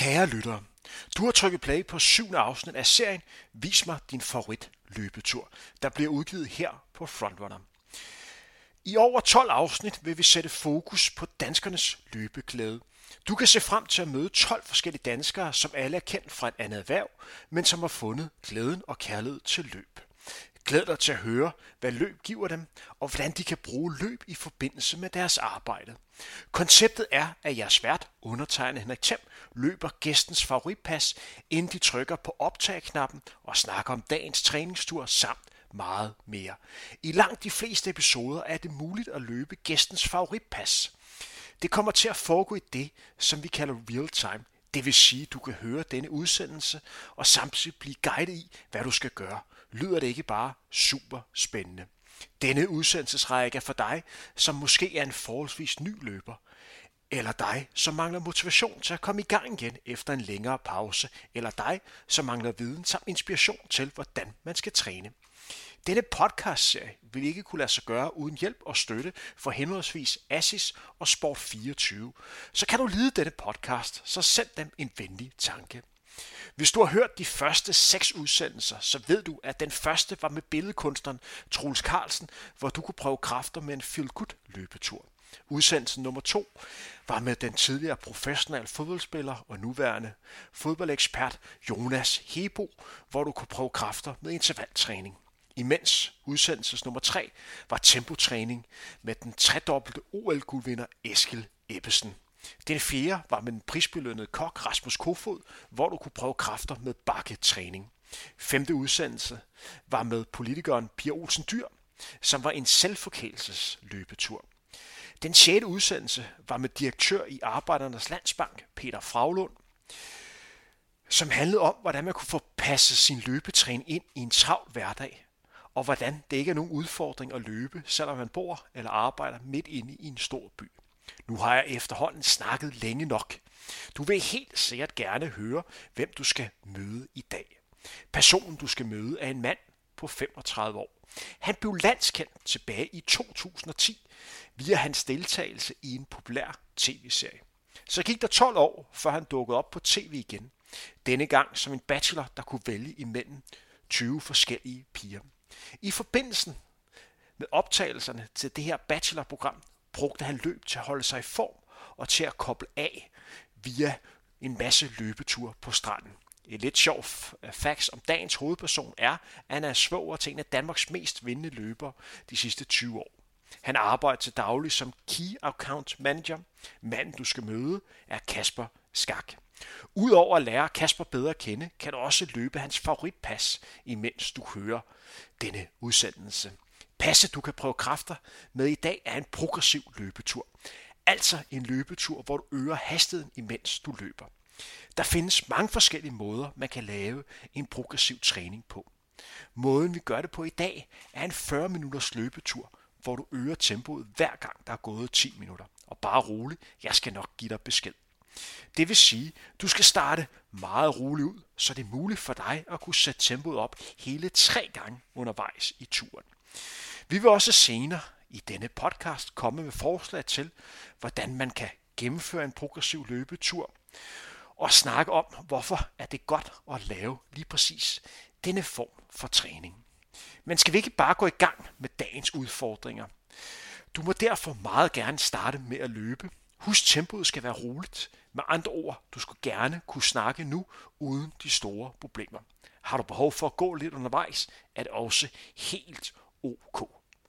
Kære lyttere, du har trykket play på 7. afsnit af serien Vis mig din favorit løbetur, der bliver udgivet her på Frontrunner. I over 12 afsnit vil vi sætte fokus på danskernes løbeglæde. Du kan se frem til at møde 12 forskellige danskere, som alle er kendt fra et andet erhverv, men som har fundet glæden og kærlighed til løb. Glæd dig til at høre, hvad løb giver dem, og hvordan de kan bruge løb i forbindelse med deres arbejde. Konceptet er, at jeres vært, undertegnet Henrik Thiem, løber gæstens favoritpas, inden de trykker på optag-knappen og snakker om dagens træningstur samt meget mere. I langt de fleste episoder er det muligt at løbe gæstens favoritpas. Det kommer til at foregå i det, som vi kalder real time. Det vil sige, at du kan høre denne udsendelse og samtidig blive guidet i, hvad du skal gøre. Lyder det ikke bare super spændende? Denne udsendelsesrække er for dig, som måske er en forholdsvis ny løber, eller dig, som mangler motivation til at komme i gang igen efter en længere pause, eller dig, som mangler viden samt inspiration til, hvordan man skal træne. Denne podcastserie vil ikke kunne lade sig gøre uden hjælp og støtte fra henholdsvis Asis og Sport24. Så kan du lide denne podcast, så send dem en venlig tanke. Hvis du har hørt de første 6 udsendelser, så ved du, at den første var med billedkunstneren Troels Carlsen, hvor du kunne prøve kræfter med en feel-good løbetur. Udsendelsen nummer 2 var med den tidligere professionelle fodboldspiller og nuværende fodboldekspert Jonas Hebo, hvor du kunne prøve kræfter med intervaltræning. Imens udsendelses nummer 3 var tempotræning med den tredobbelte OL-guldvinder Eskil Ebbesen. Den 4. var med den prisbelønnede kok Rasmus Kofod, hvor du kunne prøve kræfter med bakketræning. 5. udsendelse var med politikeren Pia Olsen Dyhr, som var en selvforkælelsesløbetur. Den 6. udsendelse var med direktør i Arbejdernes Landsbank, Peter Fraglund, som handlede om, hvordan man kunne få passet sin løbetræning ind i en travl hverdag, og hvordan det ikke er nogen udfordring at løbe, selvom man bor eller arbejder midt inde i en stor by. Nu har jeg efterhånden snakket længe nok. Du vil helt sikkert gerne høre, hvem du skal møde i dag. Personen, du skal møde, er en mand på 35 år. Han blev landskendt tilbage i 2010 via hans deltagelse i en populær tv-serie. Så gik der 12 år, før han dukkede op på tv igen. Denne gang som en bachelor, der kunne vælge imellem 20 forskellige piger. I forbindelsen med optagelserne til det her bachelorprogram brugte han løb til at holde sig i form og til at koble af via en masse løbeture på stranden. Et lidt sjovt facts om dagens hovedperson er, at han er svoger til en af Danmarks mest vindende løbere de sidste 20 år. Han arbejder til daglig som Key Account Manager. Manden, du skal møde, er Kasper Skak. Udover at lære Kasper bedre at kende, kan du også løbe hans favoritpas, imens du hører denne udsendelse. Passet, du kan prøve kræfter med i dag, er en progressiv løbetur. Altså en løbetur, hvor du øger hastigheden, imens du løber. Der findes mange forskellige måder, man kan lave en progressiv træning på. Måden, vi gør det på i dag, er en 40 minutters løbetur, hvor du øger tempoet hver gang, der er gået 10 minutter. Og bare rolig, jeg skal nok give dig besked. Det vil sige, du skal starte meget roligt ud, så det er muligt for dig at kunne sætte tempoet op hele 3 gange undervejs i turen. Vi vil også senere i denne podcast komme med forslag til, hvordan man kan gennemføre en progressiv løbetur, og snakke om, hvorfor er det godt at lave lige præcis denne form for træning. Men skal vi ikke bare gå i gang med dagens udfordringer? Du må derfor meget gerne starte med at løbe. Husk, tempoet skal være roligt. Med andre ord, du skal gerne kunne snakke nu uden de store problemer. Har du behov for at gå lidt undervejs, er det også helt ok.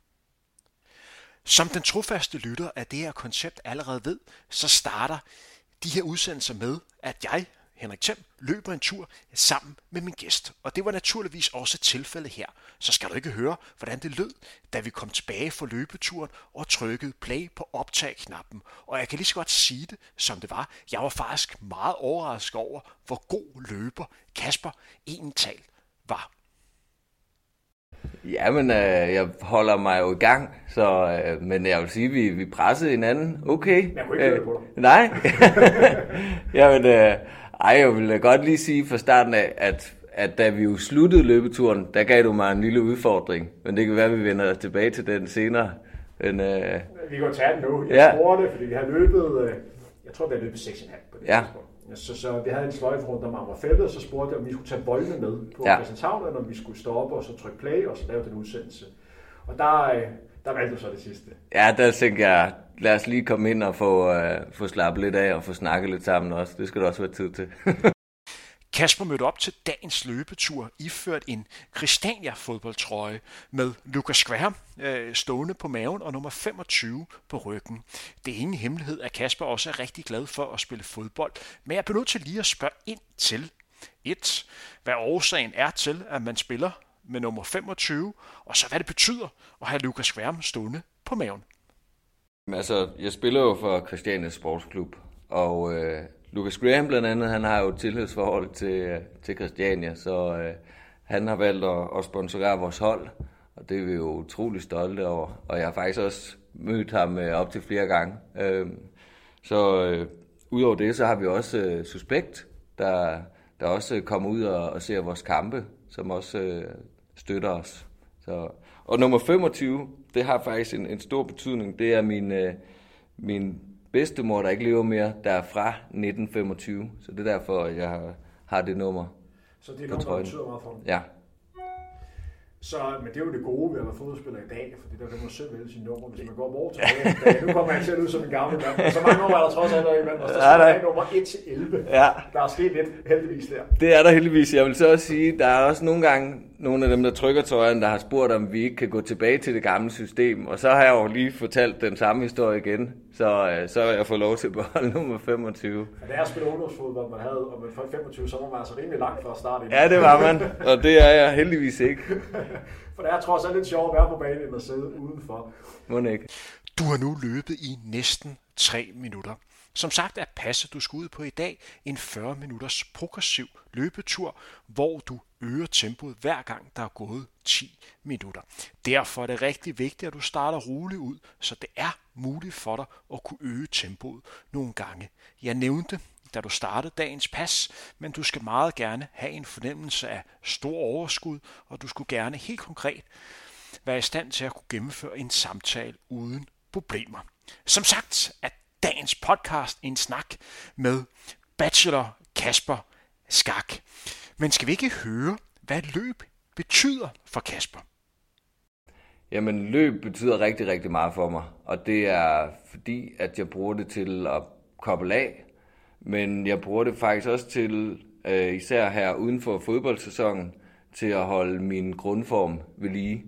Som den trofaste lytter af det her koncept allerede ved, så starter de her udsendelser med, at jeg, Henrik Thiem, løber en tur sammen med min gæst. Og det var naturligvis også tilfældet her. Så skal du ikke høre, hvordan det lød, da vi kom tilbage fra løbeturen og trykkede play på optag-knappen. Og jeg kan lige så godt sige det, som det var. Jeg var faktisk meget overrasket over, hvor god løber Kasper egentlig var. Jamen, jeg holder mig jo i gang, så, men jeg vil sige, vi pressede hinanden. Okay. Jeg kunne ikke høre det på dig. Nej. Jamen, jeg vil godt lige sige fra starten af, at da vi jo sluttede løbeturen, der gav du mig en lille udfordring. Men det kan være, at vi vender tilbage til den senere. Men, vi kan tage den nu. Jeg tror det, fordi vi har løbet, jeg tror vi har løbet 6,5 på det tidspunkt. Så vi havde en sløjfe rundt om Amagerfældet, og så spurgte jeg, om vi skulle tage boldene med på Christianshavn, eller om vi skulle stoppe og så trykke play, og så lave den udsendelse. Og der valgte du så det sidste. Ja, der tænkte jeg, lad os lige komme ind og få slappet lidt af og få snakket lidt sammen også. Det skal der også være tid til. Kasper mødte op til dagens løbetur iført en Christiania-fodboldtrøje med Lucas Graham stående på maven og nummer 25 på ryggen. Det er ingen hemmelighed, at Kasper også er rigtig glad for at spille fodbold, men jeg er nødt til lige at spørge ind til 1. Hvad årsagen er til, at man spiller med nummer 25, og så hvad det betyder at have Lucas Graham stående på maven. Altså, jeg spiller jo for Christiania Sportsklub, og Lucas Graham blandt andet, han har jo et tilhørsforhold til Christiania, så han har valgt at sponsorere vores hold, og det er vi jo utrolig stolte over, og jeg har faktisk også mødt ham op til flere gange. Udover det, så har vi også Suspekt, der også kommer ud og ser vores kampe, som også støtter os. Og nummer 25, det har faktisk en stor betydning. Det er min bedstemor, der ikke lever mere, der er fra 1925. Så det er derfor, jeg har det nummer. Så det er nummer, der betyder meget for dem? Ja. Men det er jo det gode ved at være fodboldspiller i dag, fordi der kan man selv vælge sine nummer, hvis man går over tilbage. Nu kommer jeg selv ud som en gammel mand. Så mange nummer er der trods alt imellem, og der er nummer 1-11. Ja. Der er sket lidt heldigvis der. Det er der heldigvis. Jeg vil så også sige, der er også nogle gange nogle af dem, der trykker trøjen, der har spurgt, om vi ikke kan gå tilbage til det gamle system. Og så har jeg jo lige fortalt den samme historie igen. Så har jeg fået lov til at beholde nummer 25. Ja, det er at spille ungdomsfodbold, man havde, og med 25, så var man altså rimelig langt fra at starte. Ja, det var man, og det er jeg heldigvis ikke. For det er trods alt lidt sjovt at være på banen, end at sidde udenfor. Må ikke. Du har nu løbet i næsten 3 minutter. Som sagt er passet, du skal ud på i dag, en 40 minutters progressiv løbetur, hvor du øger tempoet hver gang, der er gået 10 minutter. Derfor er det rigtig vigtigt, at du starter roligt ud, så det er muligt for dig at kunne øge tempoet nogle gange. Jeg nævnte, da du startede dagens pas, men du skal meget gerne have en fornemmelse af stor overskud, og du skulle gerne helt konkret være i stand til at kunne gennemføre en samtale uden problemer. Som sagt er dagens podcast en snak med bachelor Kasper Skak. Men skal vi ikke høre, hvad løb betyder for Kasper? Jamen, løb betyder rigtig, rigtig meget for mig, og det er fordi, at jeg bruger det til at koble af, men jeg bruger det faktisk også til, især her uden for fodboldsæsonen, til at holde min grundform ved lige.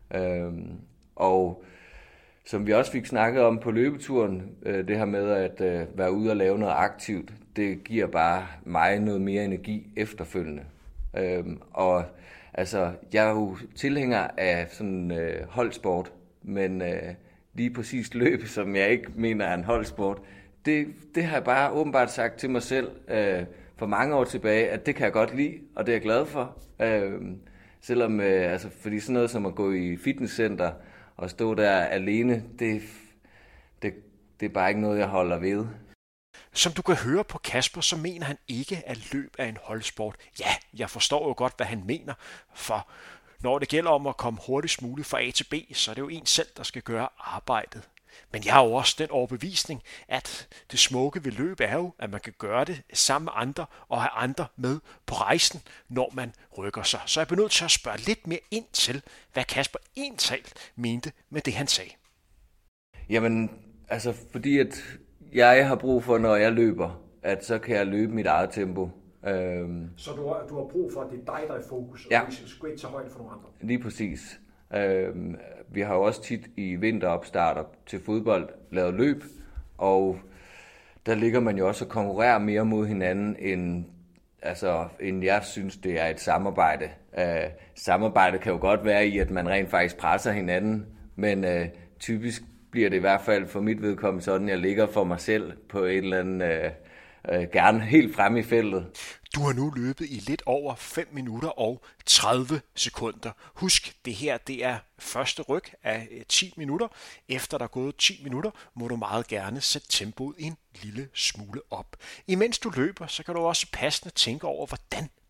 Og som vi også fik snakket om på løbeturen, det her med at være ude og lave noget aktivt, det giver bare mig noget mere energi efterfølgende. Og altså, jeg er jo tilhænger af sådan holdsport, men lige præcis løb, som jeg ikke mener er en holdsport, det har jeg bare åbenbart sagt til mig selv for mange år tilbage, at det kan jeg godt lide, og det er jeg glad for. Selvom, fordi sådan noget som at gå i fitnesscenter og stå der alene, det er bare ikke noget, jeg holder ved. Som du kan høre på Kasper, så mener han ikke, at løb er en holdsport. Ja, jeg forstår jo godt, hvad han mener, for når det gælder om at komme hurtigst muligt fra A til B, så er det jo en selv, der skal gøre arbejdet. Men jeg har jo også den overbevisning, at det smukke ved løb er jo, at man kan gøre det sammen med andre og have andre med på rejsen, når man rykker sig. Så jeg bliver nødt til at spørge lidt mere ind til, hvad Kasper egentlig mente med det, han sagde. Jamen, altså fordi at jeg har brug for, når jeg løber, at så kan jeg løbe mit eget tempo. Så du har brug for, at det er dig, der er i fokus, og du skal ikke tage højde for nogle andre? Lige præcis. Vi har jo også tit i vinteropstarter til fodbold lavet løb, og der ligger man jo også og konkurrerer mere mod hinanden, end jeg synes, det er et samarbejde. Samarbejde kan jo godt være i, at man rent faktisk presser hinanden, men typisk bliver det i hvert fald for mit vedkommende sådan, jeg ligger for mig selv på et eller andet, gerne helt fremme i feltet. Du har nu løbet i lidt over 5 minutter og 30 sekunder. Husk, det her det er første ryg af 10 minutter. Efter der er gået 10 minutter, må du meget gerne sætte tempoet en lille smule op. Imens du løber, så kan du også passende tænke over, hvordan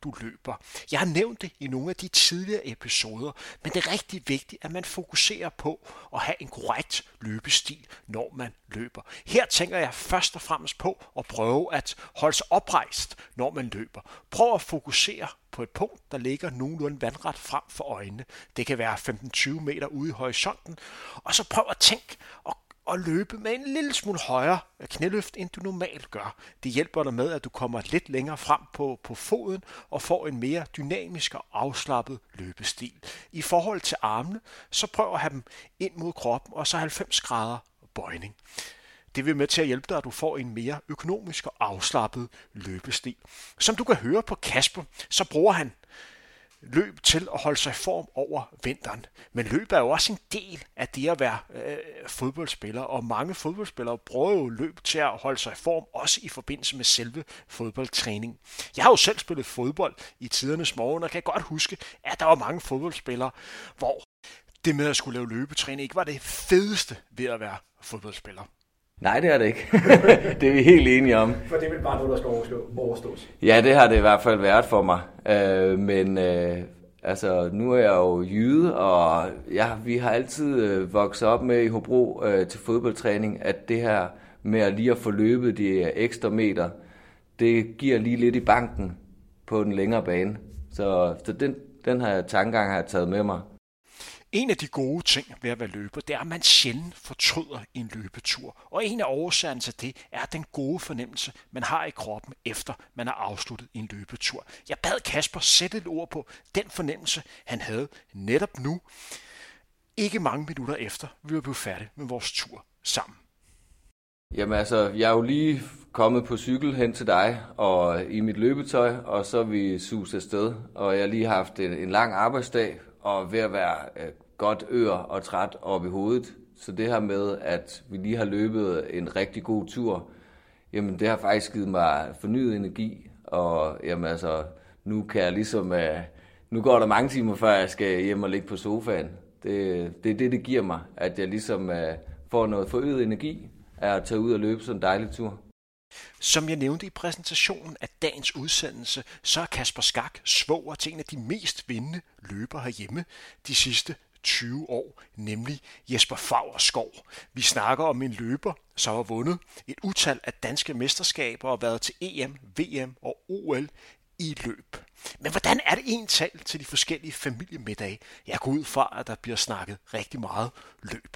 du løber. Jeg har nævnt det i nogle af de tidligere episoder, men det er rigtig vigtigt, at man fokuserer på at have en korrekt løbestil, når man løber. Her tænker jeg først og fremmest på at prøve at holde sig oprejst, når man løber. Prøv at fokusere på et punkt, der ligger nogenlunde vandret frem for øjnene. Det kan være 15-20 meter ude i horisonten. Og så prøv at tænke og løbe med en lille smule højere knæløft, end du normalt gør. Det hjælper dig med, at du kommer lidt længere frem på foden og får en mere dynamisk og afslappet løbestil. I forhold til armene, så prøv at have dem ind mod kroppen og så 90 grader bøjning. Det vil med til at hjælpe dig, at du får en mere økonomisk og afslappet løbestil. Som du kan høre på Kasper, så bruger han løb til at holde sig i form over vinteren. Men løb er jo også en del af det at være fodboldspiller, og mange fodboldspillere bruger jo løb til at holde sig i form, også i forbindelse med selve fodboldtræning. Jeg har jo selv spillet fodbold i tidernes morgen, og kan godt huske, at der var mange fodboldspillere, hvor det med at skulle lave løbetræning ikke var det fedeste ved at være fodboldspiller. Nej, det er det ikke. Det er vi helt enige om. For det er vel bare noget, der skal overstås? Ja, det har det i hvert fald været for mig. Men nu er jeg jo jyde, og vi har altid vokset op med i Hobro til fodboldtræning, at det her med at lige at få løbet de ekstra meter, det giver lige lidt i banken på den længere bane. Så den her tankegang har jeg taget med mig. En af de gode ting ved at være løber, det er, at man sjældent fortryder en løbetur. Og en af årsagerne til det er den gode fornemmelse, man har i kroppen, efter man har afsluttet en løbetur. Jeg bad Kasper sætte et ord på den fornemmelse, han havde netop nu. Ikke mange minutter efter, vi var blevet færdige med vores tur sammen. Jamen jeg er jo lige kommet på cykel hen til dig og i mit løbetøj, og så er vi suset afsted. Og jeg har lige haft en lang arbejdsdag, og ved at være godt ør og træt oppe i hovedet. Så det her med, at vi lige har løbet en rigtig god tur, jamen det har faktisk givet mig fornyet energi. Og jamen nu kan jeg ligesom, nu går der mange timer, før jeg skal hjem og ligge på sofaen. Det er det giver mig, at jeg ligesom får noget forøget energi af at tage ud og løbe sådan en dejlig tur. Som jeg nævnte i præsentationen af dagens udsendelse, så er Kasper Skak svoger til en af de mest vindende løbere herhjemme de sidste 20 år, nemlig Jesper Favrskov. Vi snakker om en løber, som har vundet et utal af danske mesterskaber og været til EM, VM og OL i løb. Men hvordan er det egentlig til de forskellige familiemiddage? Jeg går ud fra, at der bliver snakket rigtig meget løb.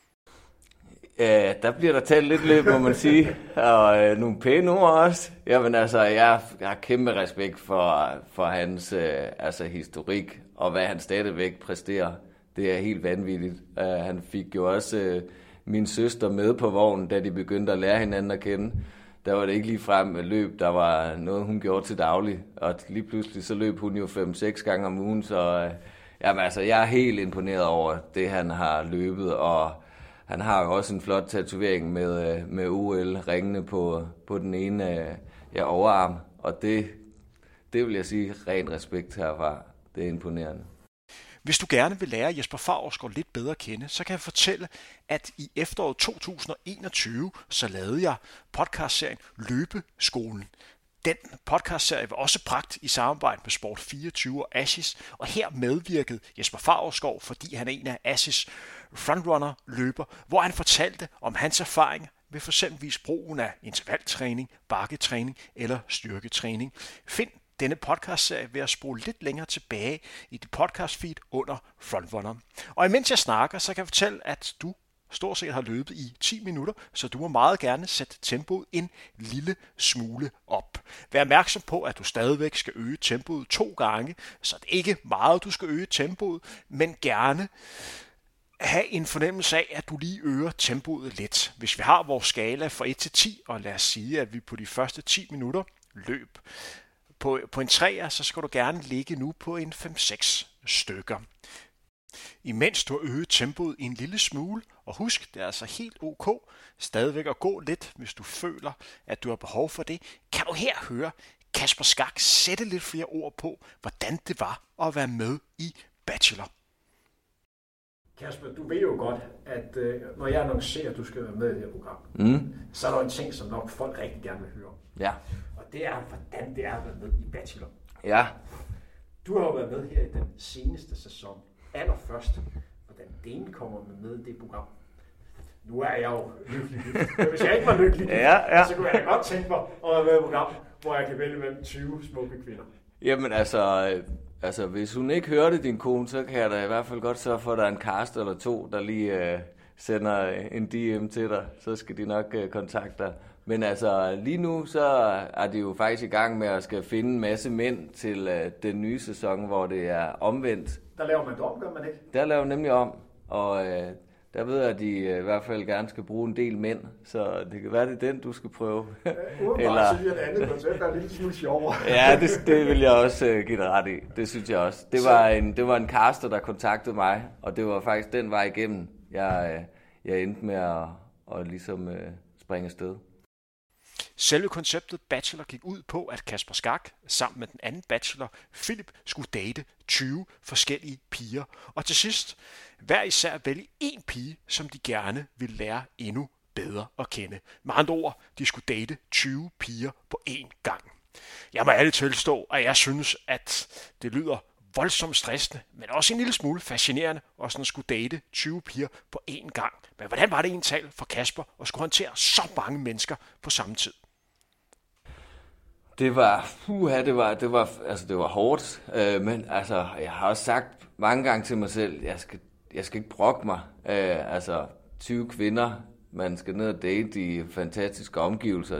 Ja, der bliver der talt lidt løb, må man sige, og nogle pæne ord også. Jamen jeg har kæmpe respekt for hans historik, og hvad han stadigvæk præsterer. Det er helt vanvittigt. Han fik jo også min søster med på vognen, da de begyndte at lære hinanden at kende. Der var det ikke lige frem med løb, der var noget, hun gjorde til daglig, og lige pludselig så løb hun jo 5-6 gange om ugen, så jeg er helt imponeret over det, han har løbet, og han har jo også en flot tatovering med OL-ringene på den ene overarm, og det vil jeg sige ren respekt herfra. Det er imponerende. Hvis du gerne vil lære Jesper Favrskov lidt bedre at kende, så kan jeg fortælle, at i efteråret 2021, så lavede jeg podcastserien Løbeskolen. Den podcastserie var også bragt i samarbejde med Sport24 og Ashes, og her medvirkede Jesper Favrskov, fordi han er en af Ashes frontrunner-løber, hvor han fortalte om hans erfaringer ved for eksempelvis brugen af intervaltræning, bakketræning eller styrketræning. Find denne podcastserie ved at spole lidt længere tilbage i dit podcastfeed under Frontrunner. Og imens jeg snakker, så kan jeg fortælle, at du stort set har løbet i 10 minutter, så du må meget gerne sætte tempoet en lille smule op. Vær opmærksom på, at du stadigvæk skal øge tempoet 2 gange, så det er ikke meget, du skal øge tempoet, men gerne have en fornemmelse af, at du lige øger tempoet lidt. Hvis vi har vores skala fra 1 til 10, og lad os sige, at vi på de første 10 minutter løb på en 3'er, så skal du gerne ligge nu på en 5-6 stykker. Imens du har øget tempoet en lille smule, og husk, det er altså helt ok stadigvæk at gå lidt, hvis du føler, at du har behov for det, kan du her høre Kasper Skak sætte lidt flere ord på, hvordan det var at være med i Bachelor. Kasper, du ved jo godt, at når jeg annoncerer, at du skal være med i det her program, så er der en ting, som nok folk rigtig gerne vil høre. Ja. Og det er, hvordan det er at være med i Bachelor. Ja. Du har jo været med her i den seneste sæson. Allerførst, hvordan delen kommer med i det program. Nu er jeg jo lykkelig. Hvis jeg ikke var lykkelig, så kunne jeg godt tænke mig at være med i et program, hvor jeg kan vælge mellem 20 smukke kvinder. Jamen altså, hvis hun ikke hørte din kone, så kan jeg da i hvert fald godt sørge for, at der er en cast eller to, der lige sender en DM til dig. Så skal de nok kontakte dig. Men altså, lige nu så er de jo faktisk i gang med at skal finde en masse mænd til den nye sæson, hvor det er omvendt. Der laver man det om, gør man ikke? Der laver nemlig om, og der ved jeg, at de i hvert fald gerne skal bruge en del mænd, så det kan være, det er den, du skal prøve. Udenbart så lige et andet koncept, der er en lille smule sjovere. Ja, det vil jeg også give dig ret i. Det synes jeg også. Det var en caster, der kontaktede mig, og det var faktisk den vej igennem, jeg endte med at ligesom springe afsted. Selve konceptet Bachelor gik ud på, at Kasper Skak sammen med den anden bachelor, Philip, skulle date 20 forskellige piger, og til sidst hver især vælge en pige, som de gerne ville lære endnu bedre at kende. Med andre ord, de skulle date 20 piger på én gang. Jeg må ærligt tilstå, at jeg synes, at det lyder voldsomt stressende, men også en lille smule fascinerende, at sådan skulle date 20 piger på én gang. Men hvordan var det egentlig for Kasper at skulle håndtere så mange mennesker på samme tid? Det var hårdt, men altså, jeg har også sagt mange gange til mig selv, jeg skal ikke brokke mig. 20 kvinder, man skal ned og date i fantastiske omgivelser,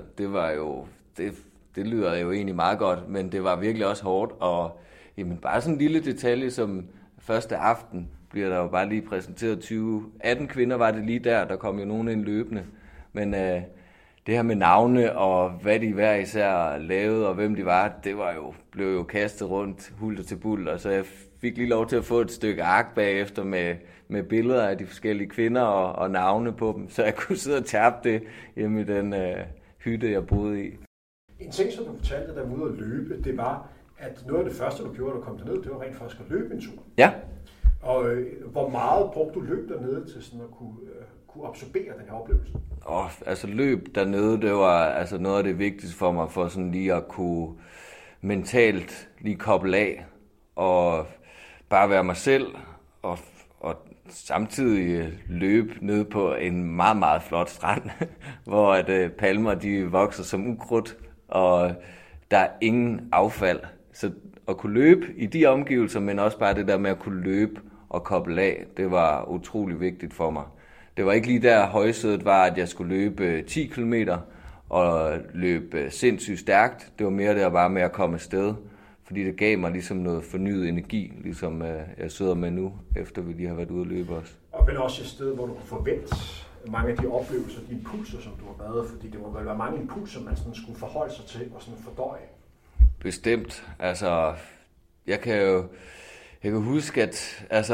det lyder jo egentlig meget godt, men det var virkelig også hårdt, og jamen, bare sådan en lille detalje som første aften bliver der jo bare lige præsenteret 18 kvinder var det lige der kom jo nogen ind løbende, men det her med navne og hvad de hver især lavede og hvem de var, blev jo kastet rundt hulter til bulter, så jeg fik lige lov til at få et stykke ark bagefter med billeder af de forskellige kvinder og navne på dem, så jeg kunne sidde og tabe det hjemme i den hytte, jeg boede i. En ting, som du fortalte, der var ude at løbe, det var, at noget af det første, du gjorde, da du kom derned, det var rent faktisk at løbe en tur. Ja. Og hvor meget brugte du løb dernede til sådan at kunne absorbere den her oplevelse? Løb dernede, det var altså noget af det vigtigste for mig, for sådan lige at kunne mentalt lige koble af, og bare være mig selv, og samtidig løbe ned på en meget, meget flot strand, hvor at palmer de vokser som ukrudt, og der er ingen affald. Så at kunne løbe i de omgivelser, men også bare det der med at kunne løbe og koble af, det var utrolig vigtigt for mig. Det var ikke lige der højsædet var, at jeg skulle løbe 10 km og løbe sindssygt stærkt. Det var mere der bare med at komme afsted, fordi det gav mig ligesom noget fornyet energi, ligesom jeg sidder med nu, efter vi lige har været ude at løbe også. Og vel også et sted, hvor du kunne forvente mange af de oplevelser, de impulser, som du har været, fordi det må vel være mange impulser, man sådan skulle forholde sig til og sådan fordøje. Bestemt. Jeg kan huske, at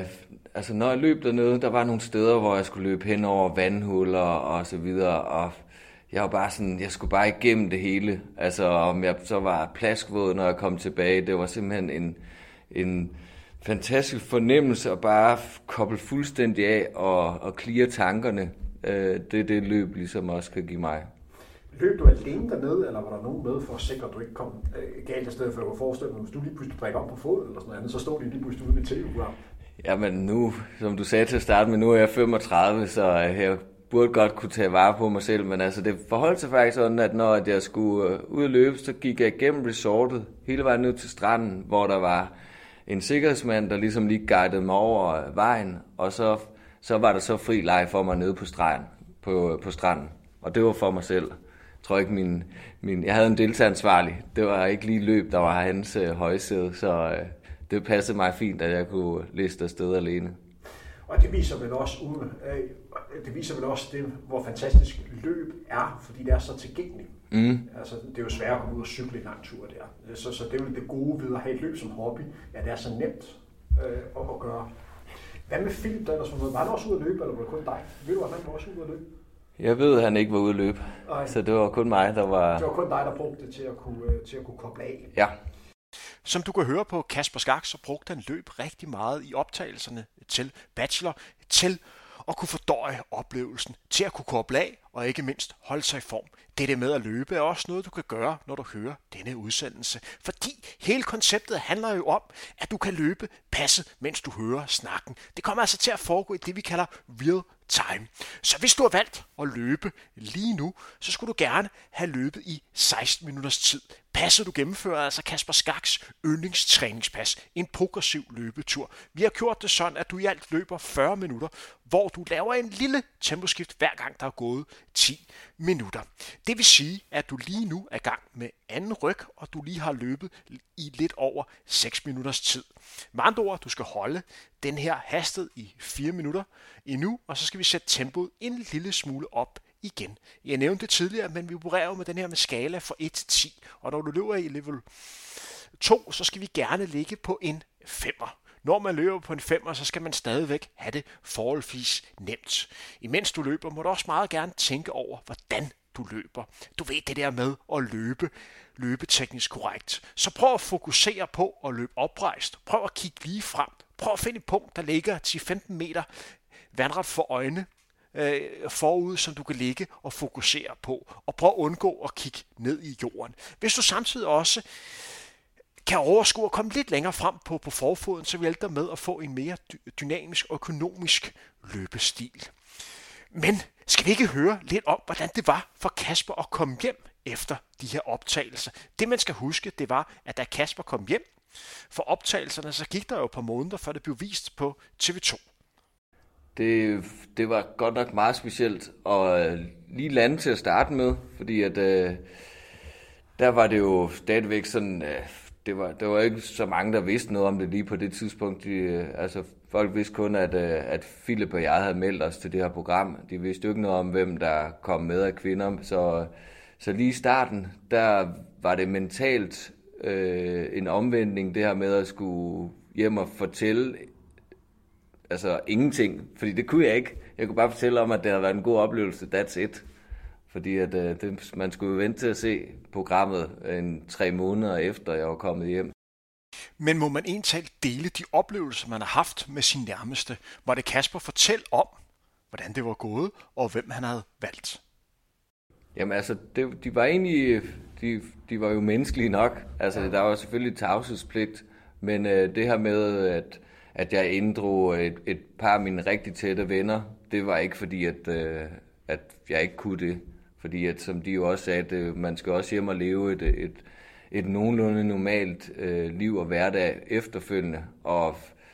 når jeg løb dernede, der var nogle steder, hvor jeg skulle løbe hen over vandhuller og så videre, og jeg var bare sådan, jeg skulle bare igennem det hele. Om jeg så var plaskvåd, når jeg kom tilbage, det var simpelthen en fantastisk fornemmelse at bare koble fuldstændig af og clear tankerne. Det er det løb ligesom også kan give mig. Løb du alene dernede, eller var der nogen med for at sikre, at du ikke kom galt af stedet, for at kunne forestille mig, hvis du lige pludselig drikker op på foden eller sådan noget, så stod de lige pludselig ude ved tv-program? Jamen nu, som du sagde til at starte med, nu er jeg 35, så jeg burde godt kunne tage vare på mig selv, men det forholdt sig faktisk sådan, at når jeg skulle ud og løbe, så gik jeg igennem resortet, hele vejen ned til stranden, hvor der var en sikkerhedsmand, der ligesom lige guidede mig over vejen, og så var der så fri leg for mig nede på stranden, og det var for mig selv. Jeg tror ikke jeg havde en deltageransvarlig. Det var ikke lige løb, der var hans højsæde, så det passede mig fint, at jeg kunne liste afsted alene. Og det viser vel også det, hvor fantastisk løb er, fordi det er så tilgængeligt. Det er jo svært at komme ud og cykle en lang tur der. Så det er jo det gode ved at have et løb som hobby, at det er så nemt at gøre. Hvad med Philip, der ellers var noget? Var han også ude at løbe, eller var det kun dig? Ved du, at han var også ude at løbe? Jeg ved, at han ikke var ude at løbe, så det var kun mig, der var... Det var kun dig, der brugte det til at kunne koble af. Ja. Som du kan høre på Kasper Skak, så brugte han løb rigtig meget i optagelserne til Bachelor, til at kunne fordøje oplevelsen, til at kunne koble af og ikke mindst holde sig i form. Det med at løbe er også noget, du kan gøre, når du hører denne udsendelse. Fordi hele konceptet handler jo om, at du kan løbe passet, mens du hører snakken. Det kommer altså til at foregå i det, vi kalder real time. Så hvis du har valgt at løbe lige nu, så skulle du gerne have løbet i 16 minutters tid. Passet du gennemfører altså Kasper Skaks yndlingstræningspas, en progressiv løbetur. Vi har gjort det sådan, at du i alt løber 40 minutter, hvor du laver en lille temposkift hver gang, der er gået 10 minutter. Det vil sige, at du lige nu er i gang med anden ryg, og du lige har løbet i lidt over 6 minutters tid. Med andre ord, du skal holde den her hastighed i 4 minutter endnu, og så skal vi sætte tempoet en lille smule op igen. Jeg nævnte det tidligere, men vi opererer jo med den her med skala fra 1 til 10, og når du løber i level 2, så skal vi gerne ligge på en 5'er. Når man løber på en 5'er, så skal man stadigvæk have det forholdsvis nemt. Imens du løber, må du også meget gerne tænke over, hvordan du løber. Du ved det der med at løbe teknisk korrekt. Så prøv at fokusere på at løbe oprejst. Prøv at kigge lige frem. Prøv at finde et punkt, der ligger 10-15 meter vandret for øjne forud, som du kan ligge og fokusere på. Og prøv at undgå at kigge ned i jorden. Hvis du samtidig også kan overskue at komme lidt længere frem på forfoden, så vil jeg dig med at få en mere dynamisk og økonomisk løbestil. Men skal vi ikke høre lidt om, hvordan det var for Kasper at komme hjem efter de her optagelser? Det man skal huske, det var, at da Kasper kom hjem for optagelserne, så gik der jo et par måneder, før det blev vist på TV2. Det var godt nok meget specielt at lige lande til at starte med, fordi at der var det jo stadigvæk sådan, der var ikke så mange, der vidste noget om det lige på det tidspunkt. Folk vidste kun, at Philip og jeg havde meldt os til det her program. De vidste jo ikke noget om, hvem der kom med af kvinder. Så lige i starten, der var det mentalt en omvending, det her med at skulle hjem og fortælle ingenting. Fordi det kunne jeg ikke. Jeg kunne bare fortælle om, at det havde været en god oplevelse. That's it. Fordi at man skulle jo vente til at se programmet 3 måneder efter, jeg var kommet hjem. Men må man egentlig dele de oplevelser, man har haft med sin nærmeste? Var det Kasper fortælle om, hvordan det var gået, og hvem han havde valgt? Jamen de var egentlig, de var jo menneskelige nok. Der var selvfølgelig tavshedspligt, men det her med, at jeg inddrog et par af mine rigtig tætte venner, det var ikke fordi, at jeg ikke kunne det. Fordi at, som de jo også sagde, at man skal også hjem og leve et nogenlunde normalt liv og hverdag efterfølgende. Og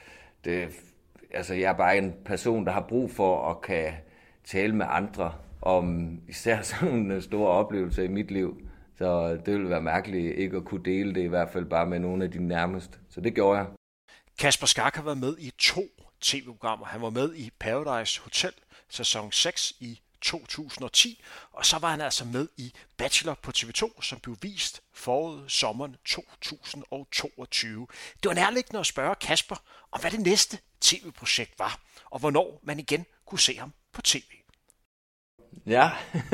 jeg er bare en person, der har brug for at kan tale med andre om især sådan nogle store oplevelser i mit liv. Så det ville være mærkeligt ikke at kunne dele det, i hvert fald bare med nogle af de nærmeste. Så det gjorde jeg. Kasper Skak har været med i 2 tv-programmer. Han var med i Paradise Hotel sæson 6 i 2010, og så var han altså med i Bachelor på TV2, som blev vist forud sommeren 2022. Det var nærliggende at spørge Kasper om, hvad det næste tv-projekt var, og hvornår man igen kunne se ham på tv. Ja,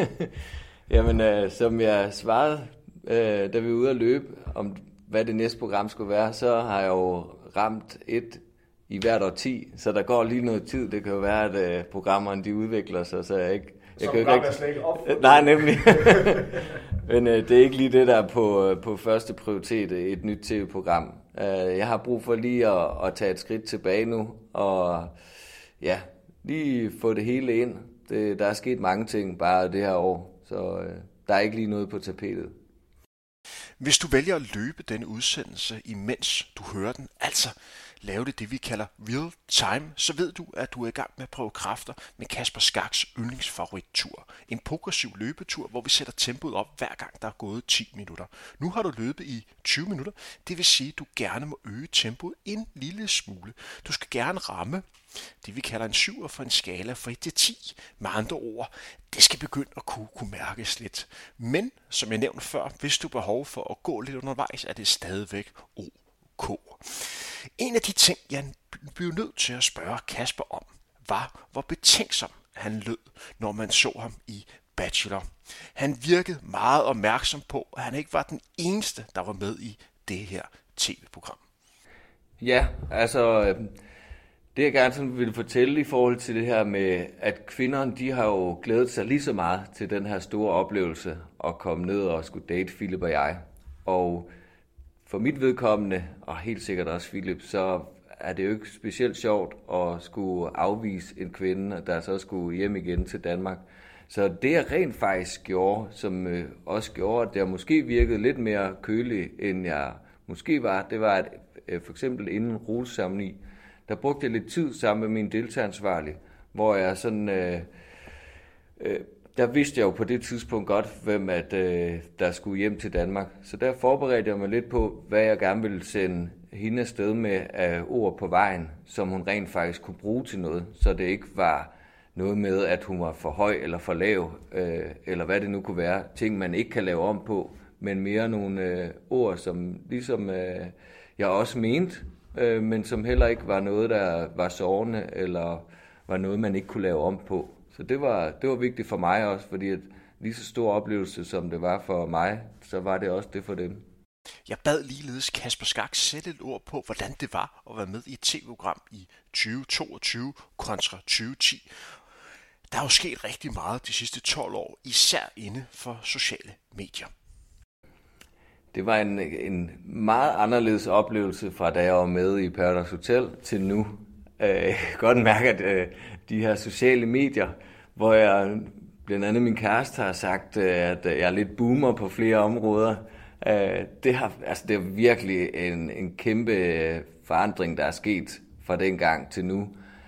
jamen som jeg svarede, da vi var ude at løbe, om hvad det næste program skulle være, så har jeg jo ramt et i hvert årti, så der går lige noget tid. Det kan jo være, at programmerne de udvikler sig, så jeg ikke... Nej, nemlig. Men det er ikke lige det, der er på første prioritet, et nyt tv-program. Jeg har brug for lige at tage et skridt tilbage nu, og ja, lige få det hele ind. Der er sket mange ting bare det her år, så der er ikke lige noget på tapetet. Hvis du vælger at løbe denne udsendelse, imens du hører den, altså lave det vi kalder real time, så ved du, at du er i gang med at prøve kræfter med Kasper Skaks yndlingsfavorittur. En progressiv løbetur, hvor vi sætter tempoet op hver gang, der er gået 10 minutter. Nu har du løbet i 20 minutter, det vil sige, at du gerne må øge tempoet en lille smule. Du skal gerne ramme det vi kalder en 7'er for en skala fra 1 til 10. Med andre ord, det skal begynde at kunne mærkes lidt. Men, som jeg nævnte før, hvis du har behov for at gå lidt undervejs, er det stadigvæk OK. En af de ting, jeg blev nødt til at spørge Kasper om, var, hvor betænksom han lød, når man så ham i Bachelor. Han virkede meget opmærksom på, at han ikke var den eneste, der var med i det her tv-program. Ja, Det jeg gerne sådan vil fortælle i forhold til det her med, at kvinderne, de har jo glædet sig lige så meget til den her store oplevelse at komme ned og skulle date Philip og jeg. Og for mit vedkommende, og helt sikkert også Philip, så er det jo ikke specielt sjovt at skulle afvise en kvinde, der så skulle hjem igen til Danmark. Så det jeg rent faktisk gjorde, som også gjorde, at jeg måske virkede lidt mere kølig, end jeg måske var, det var, at for eksempel inden ruleceremoni, der brugte jeg lidt tid sammen med min deltageransvarlig, hvor jeg sådan, der vidste jeg jo på det tidspunkt godt, hvem der skulle hjem til Danmark. Så der forberedte jeg mig lidt på, hvad jeg gerne ville sende hende afsted med af ord på vejen, som hun rent faktisk kunne bruge til noget, så det ikke var noget med, at hun var for høj eller for lav, eller hvad det nu kunne være, ting man ikke kan lave om på, men mere nogle ord, som ligesom jeg også mente, men som heller ikke var noget, der var sårende, eller var noget, man ikke kunne lave om på. Så det var vigtigt for mig også, fordi at lige så stor oplevelse, som det var for mig, så var det også det for dem. Jeg bad ligeledes Kasper Skak sætte et ord på, hvordan det var at være med i et tv-program i 2022 kontra 2010. Der er jo sket rigtig meget de sidste 12 år, især inde for sociale medier. Det var en meget anderledes oplevelse fra da jeg var med i Paradise Hotel til nu. Jeg kan godt mærke, at de her sociale medier, hvor jeg blandt andet min kæreste har sagt, at jeg er lidt boomer på flere områder. Det er virkelig en kæmpe forandring, der er sket fra dengang til nu.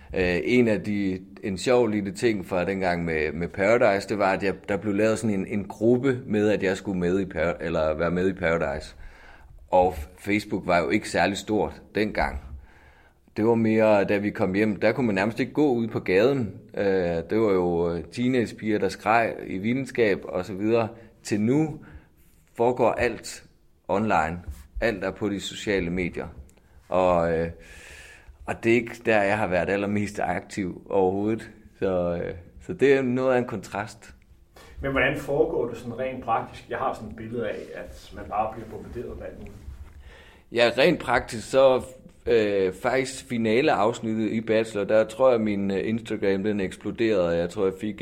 En sjov lille ting fra dengang med Paradise, det var, at der blev lavet sådan en gruppe med, at jeg skulle være med i Paradise. Og Facebook var jo ikke særlig stort dengang. Det var mere, da vi kom hjem, der kunne man nærmest ikke gå ud på gaden. Det var jo teenagepiger, der skreg i vildskab og så videre. Til nu foregår alt online. Alt er på de sociale medier. Og det er ikke der, jeg har været allermest aktiv overhovedet. Så det er noget af en kontrast. Men hvordan foregår det sådan rent praktisk? Jeg har sådan et billede af, at man bare bliver bombarderet med alt. Ja, rent praktisk, så faktisk finaleafsnittet i Bachelor, der tror jeg, min Instagram den eksploderede. Jeg tror, jeg fik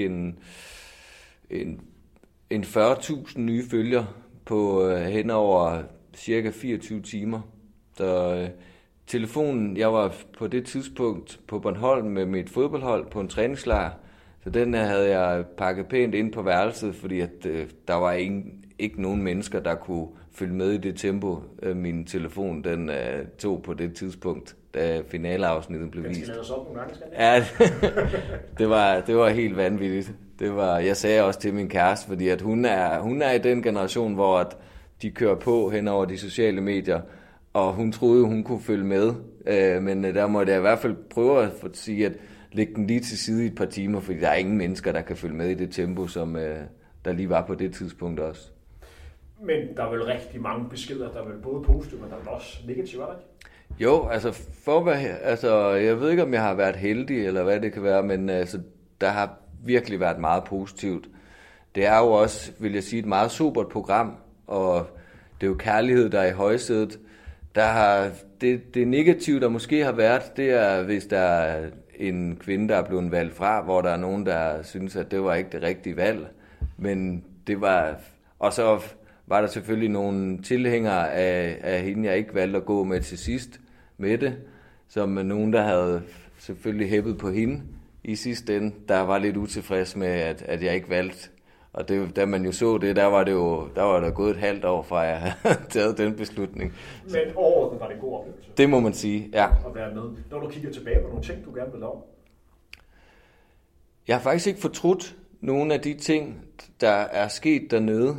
en 40.000 nye følgere på hen over cirka 24 timer. Så telefonen, jeg var på det tidspunkt på Bornholm med mit fodboldhold på en træningslejr, så den havde jeg pakket pænt ind på værelset, fordi at der var ikke nogen mennesker, der kunne følge med i det tempo, min telefon den tog på det tidspunkt, da finaleafsnittet blev vist. Den skal laves op nogle gange, skal det? Ja, det var helt vanvittigt. Jeg sagde også til min kæreste, fordi at hun er i den generation, hvor at de kører på hen over de sociale medier, og hun troede, hun kunne følge med. Men der måtte jeg i hvert fald prøve at sige, at lægge den lige til side i et par timer, fordi der er ingen mennesker, der kan følge med i det tempo, som der lige var på det tidspunkt også. Men der er vel rigtig mange beskeder, der er vel både positive, men der er vel også negative, er der ikke? Jo, jeg ved ikke, om jeg har været heldig, eller hvad det kan være, men der har virkelig været meget positivt. Det er jo også, vil jeg sige, et meget supert program, og det er jo kærlighed, der er i højsædet. Det negative, der måske har været, det er, hvis der er en kvinde, der er blevet valgt fra, hvor der er nogen, der synes, at det var ikke det rigtige valg. Men det var... Og så var der selvfølgelig nogle tilhængere af hende, jeg ikke valgte at gå med til sidst med det, som nogen, der havde selvfølgelig hæppet på hende i sidste ende, der var lidt utilfreds med, at jeg ikke valgte. Og det, da man jo så det, der var der gået et halvt år fra, jeg havde taget den beslutning. Men overordnet var det en god oplevelse? Det må man sige, ja. At være med. Når du kigger tilbage på nogle ting, du gerne vil lave? Jeg har faktisk ikke fortrudt nogle af de ting, der er sket dernede.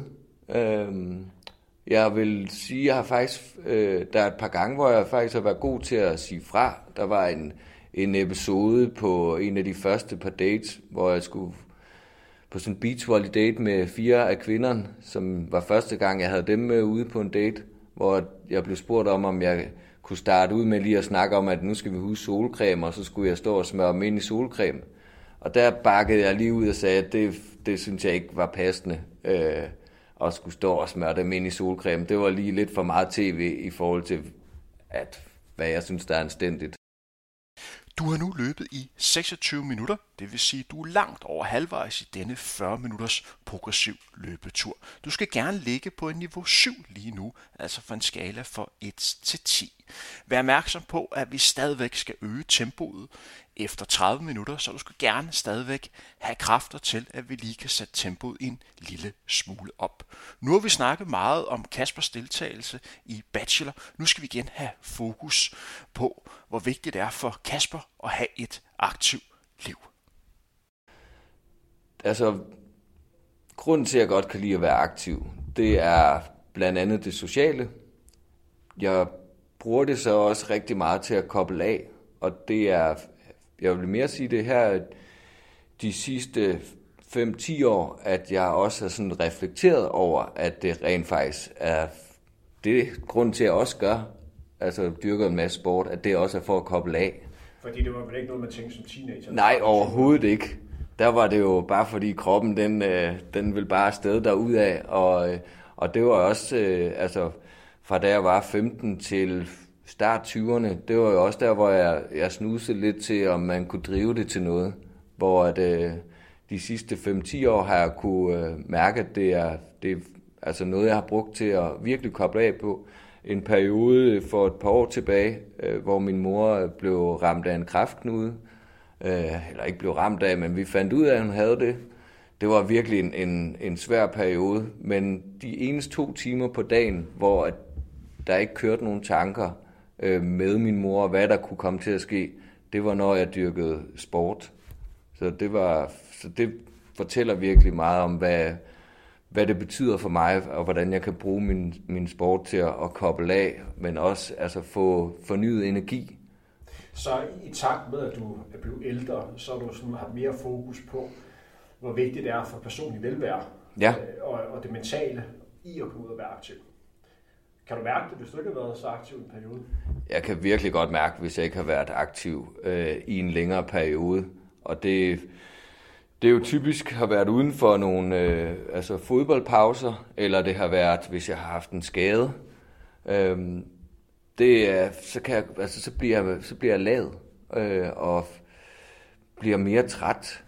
Jeg vil sige, jeg har faktisk, der er et par gange, hvor jeg faktisk har været god til at sige fra. Der var en episode på en af de første par dates, hvor jeg skulle på sådan en beachvolley date med 4 af kvinderne, som var første gang, jeg havde dem med ude på en date, hvor jeg blev spurgt om jeg kunne starte ud med lige at snakke om, at nu skal vi huske solcreme, og så skulle jeg stå og smøre dem ind i solcreme. Og der bakkede jeg lige ud og sagde, at det synes jeg ikke var passende, at skulle stå og smøre dem ind i solcreme. Det var lige lidt for meget tv i forhold til, hvad jeg synes, der er anstændigt. Du har nu løbet i 26 minutter, det vil sige, at du er langt over halvvejs i denne 40 minutters progressiv løbetur. Du skal gerne ligge på en niveau 7 lige nu, altså for en skala fra 1 til 10. Vær opmærksom på, at vi stadigvæk skal øge tempoet efter 30 minutter, så du skal gerne stadigvæk have kræfter til, at vi lige kan sætte tempoet en lille smule op. Nu har vi snakket meget om Kaspers deltagelse i Bachelor. Nu skal vi igen have fokus på, hvor vigtigt det er for Kasper at have et aktivt liv. Altså, grunden til, at jeg godt kan lide at være aktiv, det er blandt andet det sociale. Jeg bruger det så også rigtig meget til at koble af, og det er, jeg vil mere sige det her, de sidste 5-10 år, at jeg også har sådan reflekteret over, at det rent faktisk er det grund til, at jeg også gør, altså dyrker en masse sport, at det også er for at koble af. Fordi det var vel ikke noget, man tænkte som teenager? Nej, overhovedet ikke. Der var det jo bare fordi kroppen, den ville bare afsted derudad, og det var også, altså fra da jeg var 15 til start 20'erne, det var jo også der, hvor jeg snusede lidt til, om man kunne drive det til noget. Hvor de sidste 5-10 år har jeg kunne mærke, at det er altså noget, jeg har brugt til at virkelig koble af på. En periode for et par år tilbage, hvor min mor blev ramt af en kræftknude. Eller ikke blev ramt af, men vi fandt ud af, at hun havde det. Det var virkelig en svær periode, men de eneste 2 timer på dagen, hvor der ikke kørte nogen tanker med min mor, hvad der kunne komme til at ske, det var, når jeg dyrkede sport. Så det fortæller virkelig meget om, hvad det betyder for mig, og hvordan jeg kan bruge min sport til at koble af, men også altså få fornyet energi. Så i takt med, at du er blevet ældre, så har du sådan haft mere fokus på, hvor vigtigt det er for personlig velvære, ja. og det mentale i at komme ud og være aktiv. Kan du mærke det, hvis du ikke har været så aktiv i en periode? Jeg kan virkelig godt mærke, hvis jeg ikke har været aktiv i en længere periode. Og det jo typisk har været uden for nogle fodboldpauser, eller det har været, hvis jeg har haft en skade. Så bliver jeg lad og bliver mere træt.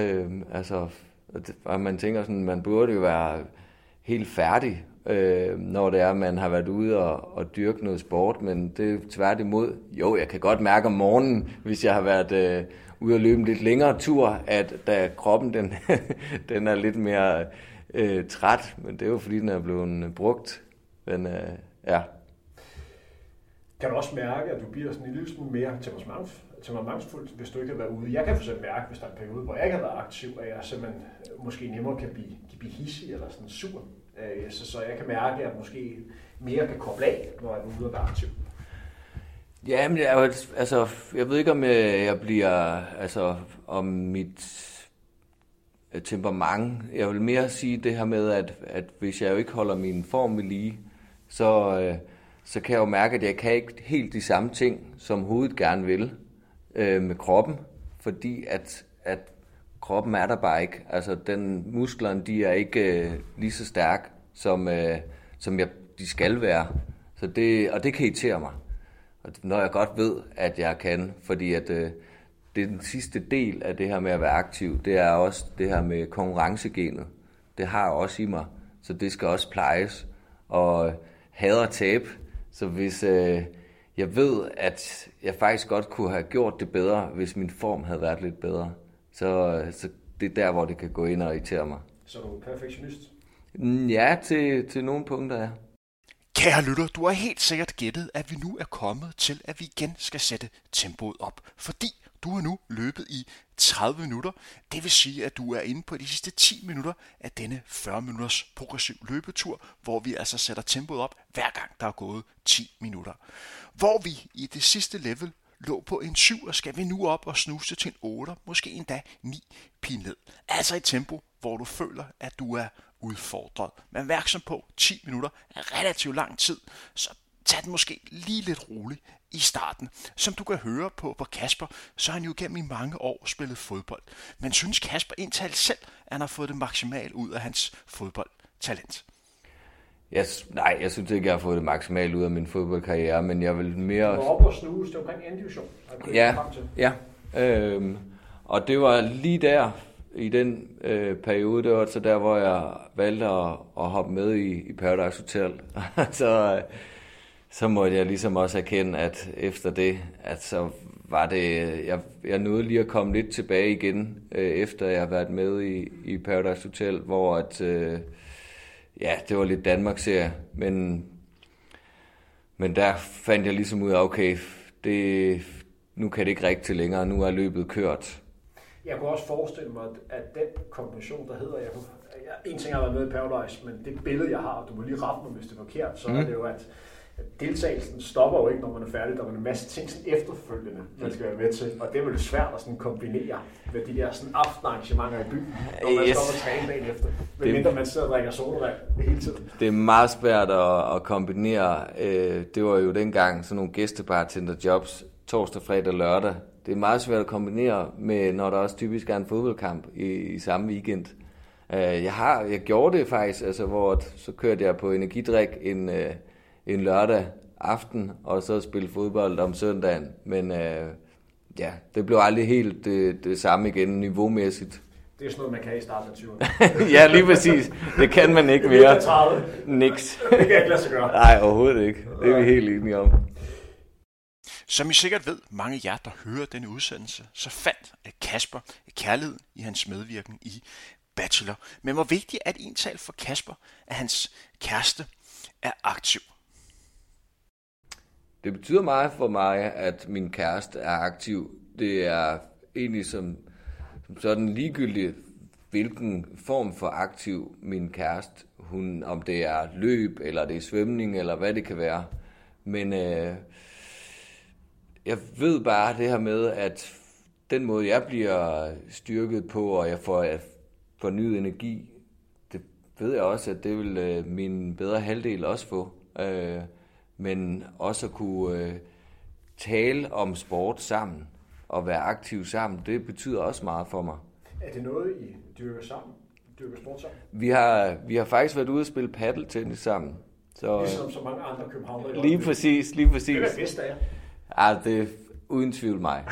Og man tænker sådan, man burde jo være helt færdig, når det er, man har været ude og dyrke noget sport, men det er tværtimod. Jo, jeg kan godt mærke om morgenen, hvis jeg har været ude at løbe en lidt længere tur, at da kroppen den er lidt mere træt, men det er jo fordi, den er blevet brugt. Men ja. Kan du også mærke, at du bliver sådan en lille smule mere temperamentsfuld, hvis du ikke har været ude? Jeg kan for eksempel mærke, hvis der er en periode, hvor jeg ikke har været aktiv, at jeg simpelthen måske nemmere kan blive hissig eller sådan sur. Så jeg kan mærke, at jeg måske mere kan koble af, når jeg er ude og være aktiv. Ja, men jeg ved ikke, om jeg bliver, om mit temperament. Jeg vil mere sige det her med, at hvis jeg jo ikke holder min form ved lige, så kan jeg jo mærke, at jeg kan ikke helt de samme ting, som hovedet gerne vil med kroppen, fordi at kroppen er der bare ikke. Altså, musklerne, de er ikke lige så stærke, som de skal være. Og det kan irritere mig. Og når jeg godt ved, at jeg kan, fordi at det er den sidste del af det her med at være aktiv, det er også det her med konkurrencegenet. Det har jeg også i mig, så det skal også plejes. Og hader tab. Så hvis jeg ved, at jeg faktisk godt kunne have gjort det bedre, hvis min form havde været lidt bedre, så det er der, hvor det kan gå ind og irritere mig. Så er du perfektionist? Ja, til nogle punkter, ja. Kære lytter, du har helt sikkert gættet, at vi nu er kommet til, at vi igen skal sætte tempoet op. Fordi du har nu løbet i 30 minutter. Det vil sige, at du er inde på de sidste 10 minutter af denne 40 minutters progressiv løbetur, hvor vi altså sætter tempoet op hver gang der er gået 10 minutter. Hvor vi i det sidste level lå på en 7, og skal vi nu op og snuse til en 8, måske endda 9 pin ned. Altså et tempo, hvor du føler, at du er udfordret. Men vær opmærksom på, 10 minutter er relativt lang tid, så tag den måske lige lidt roligt i starten. Som du kan høre på Kasper, så har han jo gennem i mange år spillet fodbold. Men synes Kasper indtil selv, at han har fået det maksimalt ud af hans fodboldtalent? Jeg synes ikke, jeg har fået det maksimalt ud af min fodboldkarriere, men jeg vil mere... Du var oppe og snuse, det var omkring anden-division. Ja. Og det var lige der, i den periode, det var så der, hvor jeg valgte at hoppe med i Paradise Hotel. Så måtte jeg ligesom også erkende, at efter det, at så var det... Jeg nåede lige at komme lidt tilbage igen, efter jeg har været med i Paradise Hotel, hvor at... det var lidt Danmarks-serie, men der fandt jeg ligesom ud af, okay, nu kan det ikke rigtig til længere, nu er løbet kørt. Jeg kunne også forestille mig, at den kombination, der hedder, en ting har været med i Paradise, men det billede, jeg har, du må lige rette mig, hvis det er forkert, så er det jo, at deltagelsen stopper jo ikke, når man er færdig. Der er en masse ting sådan efterfølgende, man skal være med til, og det er vel svært at sådan kombinere med de der sådan aftenarrangementer i byen, når man står og træne dagen efter, medmindre man sidder og drikker sodavand hele tiden. Det er meget svært at kombinere. Det var jo dengang sådan nogle gæstebartenderjobs, torsdag, fredag, lørdag. Det er meget svært at kombinere med, når der også typisk er en fodboldkamp i samme weekend. Jeg gjorde det faktisk, altså, hvor så kørte jeg på energidrik en lørdag aften, og så spille fodbold om søndagen. Men det blev aldrig helt det samme igen, niveaumæssigt. Det er sådan noget, man kan i starten af 20'erne. Ja, lige præcis. Det kan man ikke mere. Niks. Det kan jeg ikke lade sig gøre. Nej, overhovedet ikke. Det er vi helt enige om. Som I sikkert ved, mange af jer, der hører denne udsendelse, så fandt Kasper kærligheden i hans medvirken i Bachelor. Men hvor vigtigt er det egentlig for Kasper, at hans kæreste er aktiv? Det betyder meget for mig, at min kæreste er aktiv. Det er egentlig som sådan ligegyldigt, hvilken form for aktiv min kæreste, om det er løb, eller det er svømning, eller hvad det kan være. Men jeg ved bare det her med, at den måde, jeg bliver styrket på, og jeg får fornyet energi, det ved jeg også, at det vil min bedre halvdel også få. Men også at kunne tale om sport sammen og være aktiv sammen, det betyder også meget for mig. Er det noget, I dyrker sammen? Dyrker sport sammen? Vi har faktisk været ude og spille paddeltennis sammen. Ligesom så mange andre københavnere. Lige præcis. Det er det bedste af jer. Ja, det er uden tvivl mig.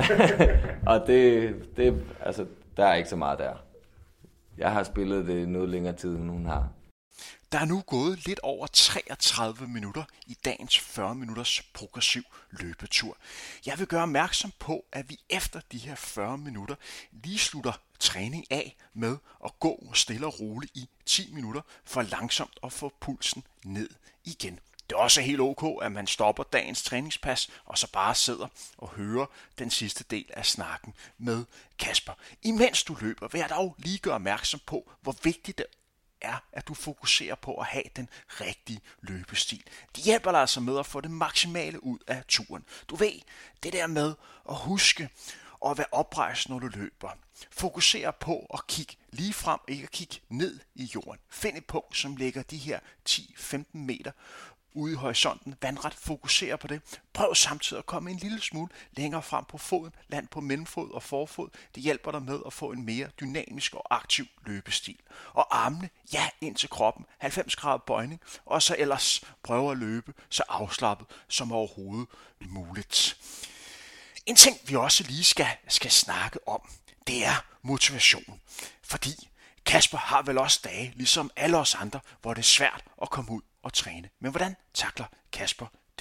Og det altså, der er ikke så meget der. Jeg har spillet det noget længere tid, end hun har. Der er nu gået lidt over 33 minutter i dagens 40 minutters progressiv løbetur. Jeg vil gøre opmærksom på, at vi efter de her 40 minutter lige slutter træning af med at gå stille og roligt i 10 minutter for langsomt at få pulsen ned igen. Det er også helt ok, at man stopper dagens træningspas og så bare sidder og hører den sidste del af snakken med Kasper. Imens du løber, vil jeg dog lige gøre opmærksom på, hvor vigtigt det er, at du fokuserer på at have den rigtige løbestil. Det hjælper dig altså med at få det maksimale ud af turen. Du ved, det der med at huske at være oprejst, når du løber. Fokuser på at kigge lige frem, ikke at kigge ned i jorden. Find et punkt, som ligger de her 10-15 meter ude i horisonten, vandret, fokuser på det. Prøv samtidig at komme en lille smule længere frem på foden, land på mellemfod og forfod. Det hjælper dig med at få en mere dynamisk og aktiv løbestil. Og armene, ind til kroppen, 90 grader bøjning, og så ellers prøv at løbe så afslappet som overhovedet muligt. En ting, vi også lige skal snakke om, det er motivation. Fordi Kasper har vel også dage, ligesom alle os andre, hvor det er svært at komme ud og træne. Men hvordan takler Kasper det?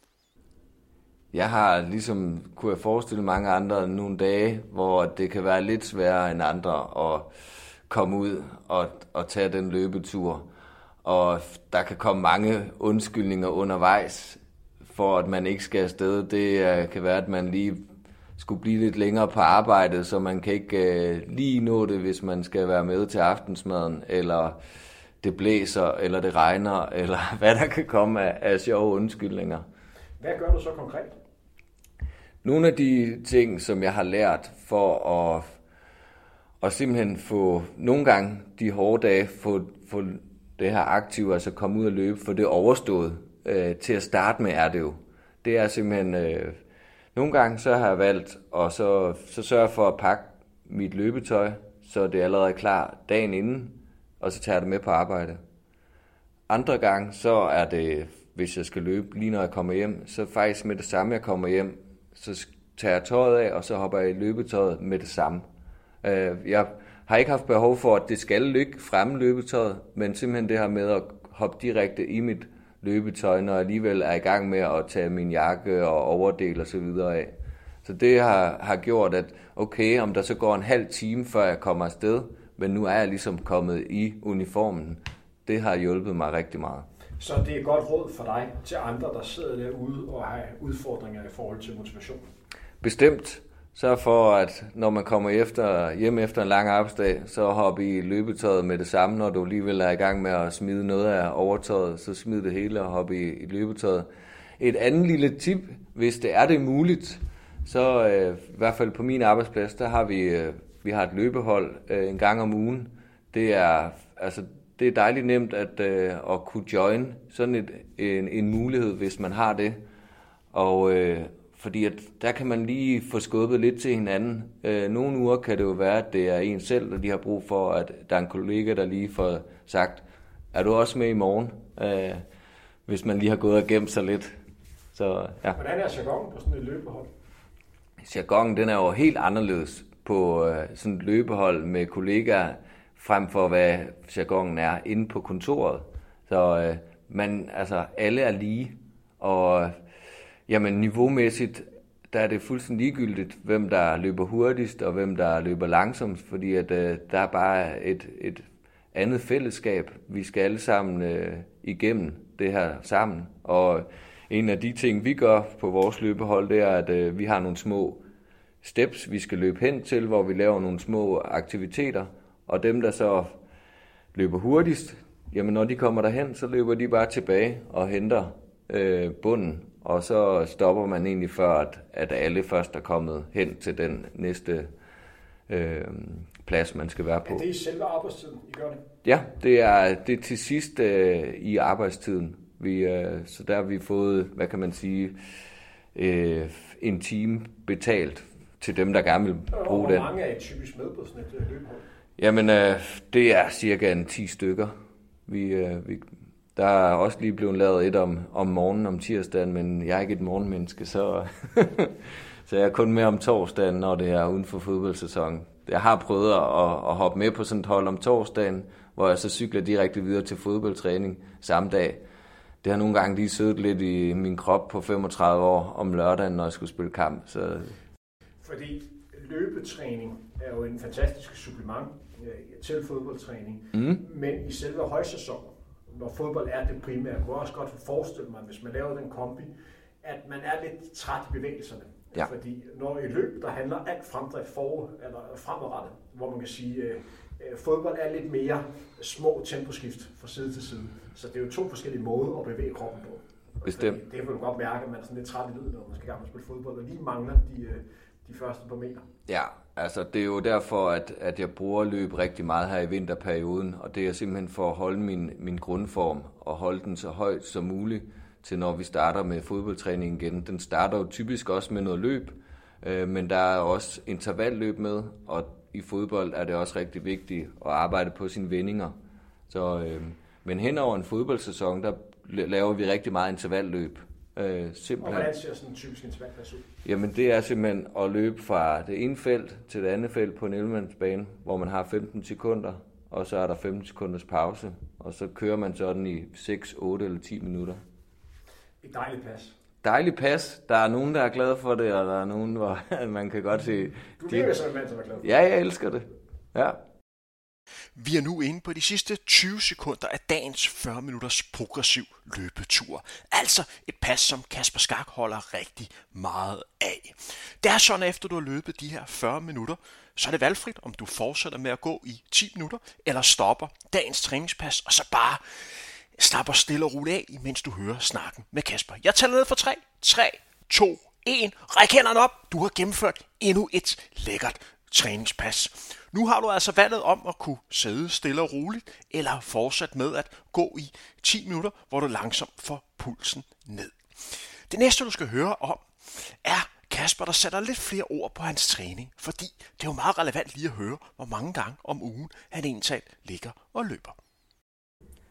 Jeg har ligesom, kunne jeg forestille mange andre, nogle dage, hvor det kan være lidt sværere end andre at komme ud og tage den løbetur. Og der kan komme mange undskyldninger undervejs, for at man ikke skal afsted. Det kan være, at man lige skulle blive lidt længere på arbejdet, så man kan ikke lige nå det, hvis man skal være med til aftensmaden, eller det blæser, eller det regner, eller hvad der kan komme af sjove undskyldninger. Hvad gør du så konkret? Nogle af de ting, som jeg har lært for at simpelthen få nogle gange de hårde dage, få det her aktive, altså komme ud og løbe, få det overstået. Til at starte med er det jo. Det er simpelthen, nogle gange så har jeg valgt, og så sørge for at pakke mit løbetøj, så det allerede er klar dagen inden, og så tager jeg det med på arbejde. andre gange, så er det, hvis jeg skal løbe lige når jeg kommer hjem, så faktisk med det samme, jeg kommer hjem, så tager jeg tøjet af, og så hopper jeg i løbetøjet med det samme. Jeg har ikke haft behov for, at det skal ligge fremme løbetøjet, men simpelthen det her med at hoppe direkte i mit løbetøj, når jeg alligevel er i gang med at tage min jakke og overdel og så videre af. Så det har gjort, at okay, om der så går en halv time, før jeg kommer afsted, men nu er jeg ligesom kommet i uniformen. Det har hjulpet mig rigtig meget. Så det er et godt råd for dig til andre, der sidder derude og har udfordringer i forhold til motivation? Bestemt. Sørg for, at når man kommer hjem efter en lang arbejdsdag, så hop i løbetøjet med det samme. Når du alligevel er i gang med at smide noget af overtøjet, så smid det hele og hop i løbetøjet. Et andet lille tip, hvis det er muligt, så i hvert fald på min arbejdsplads, der har vi har et løbehold en gang om ugen. Det er dejligt nemt at kunne join sådan en mulighed, hvis man har det. Og fordi at der kan man lige få skubbet lidt til hinanden. Nogle uger kan det jo være, at det er en selv, og de har brug for, at der er en kollega, der lige får sagt, er du også med i morgen? Hvis man lige har gået og gemt sig lidt. Så, ja. Hvordan er jargonen på sådan et løbehold? Jargonen, den er jo helt anderledes på sådan et løbehold med kollegaer, frem for hvad jargonen er inde på kontoret. Så alle er lige, og jamen niveaumæssigt, der er det fuldstændig ligegyldigt, hvem der løber hurtigst og hvem der løber langsomt, fordi at der er bare et andet fællesskab. Vi skal alle sammen igennem det her sammen, og en af de ting, vi gør på vores løbehold, det er, at vi har nogle små steps, vi skal løbe hen til, hvor vi laver nogle små aktiviteter, og dem, der så løber hurtigst, jamen når de kommer derhen, så løber de bare tilbage og henter bunden, og så stopper man egentlig før, at alle først er kommet hen til den næste plads, man skal være på. Er det i selve arbejdstiden, I gør det? Ja, det er til sidst i arbejdstiden. Så der har vi fået, hvad kan man sige, en time betalt til dem, der gerne vil bruge den. Hvor mange er I typisk med på sådan et løbehold? Jamen, det er cirka 10 stykker. Der er også lige blevet lavet et om morgenen om tirsdagen, men jeg er ikke et morgenmenneske, så jeg er kun med om torsdagen, når det er uden for fodboldsæsonen. Jeg har prøvet at hoppe med på sådan et hold om torsdagen, hvor jeg så cykler direkte videre til fodboldtræning samme dag. Det har nogle gange lige siddet lidt i min krop på 35 år om lørdagen, når jeg skulle spille kamp. Så fordi løbetræning er jo en fantastisk supplement til fodboldtræning, men i selve højsæsonen, når fodbold er det primære, kunne jeg også godt forestille mig, hvis man laver den kombi, at man er lidt træt i bevægelserne. Ja. Fordi når et løb, der handler alt fremdrift eller fremadrettet, hvor man kan sige, fodbold er lidt mere små temposkift fra side til side. Så det er jo 2 forskellige måder at bevæge kroppen på. Bestemt. Det kan man godt mærke, at man er sådan lidt træt i livet, når man skal i gang med at spille fodbold, og lige mangler de første par meter. Ja, altså det er jo derfor, at jeg bruger løb rigtig meget her i vinterperioden, og det er simpelthen for at holde min grundform og holde den så højt som muligt, til når vi starter med fodboldtræning igen. Den starter jo typisk også med noget løb, men der er også intervalløb med, og i fodbold er det også rigtig vigtigt at arbejde på sine vendinger. Men hen over en fodboldsæson, der laver vi rigtig meget intervalløb. Og hvordan ser sådan en typisk intervallpass ud? Jamen det er simpelthen at løbe fra det ene felt til det andet felt på en 11-mandsbane, hvor man har 15 sekunder, og så er der 15 sekunders pause, og så kører man sådan i 6, 8 eller 10 minutter. Et dejligt pas. Dejligt pas. Der er nogen, der er glade for det, og der er nogen, hvor man kan godt se... Du virker som en mand, som er glad for det. Ja, jeg elsker det. Ja. Vi er nu inde på de sidste 20 sekunder af dagens 40 minutters progressiv løbetur. Altså et pas, som Kasper Skak holder rigtig meget af. Det er sådan, at efter du har løbet de her 40 minutter, så er det valgfrit, om du fortsætter med at gå i 10 minutter, eller stopper dagens træningspas, og så bare slapper stille og roligt af, imens du hører snakken med Kasper. Jeg tæller ned for 3, 2, 1. Ræk hænderne op. Du har gennemført endnu et lækkert træningspas. Nu har du altså valget om at kunne sidde stille og roligt, eller fortsætte med at gå i 10 minutter, hvor du langsomt får pulsen ned. Det næste, du skal høre om, er Kasper, der sætter lidt flere ord på hans træning, fordi det er jo meget relevant lige at høre, hvor mange gange om ugen han egentlig ligger og løber.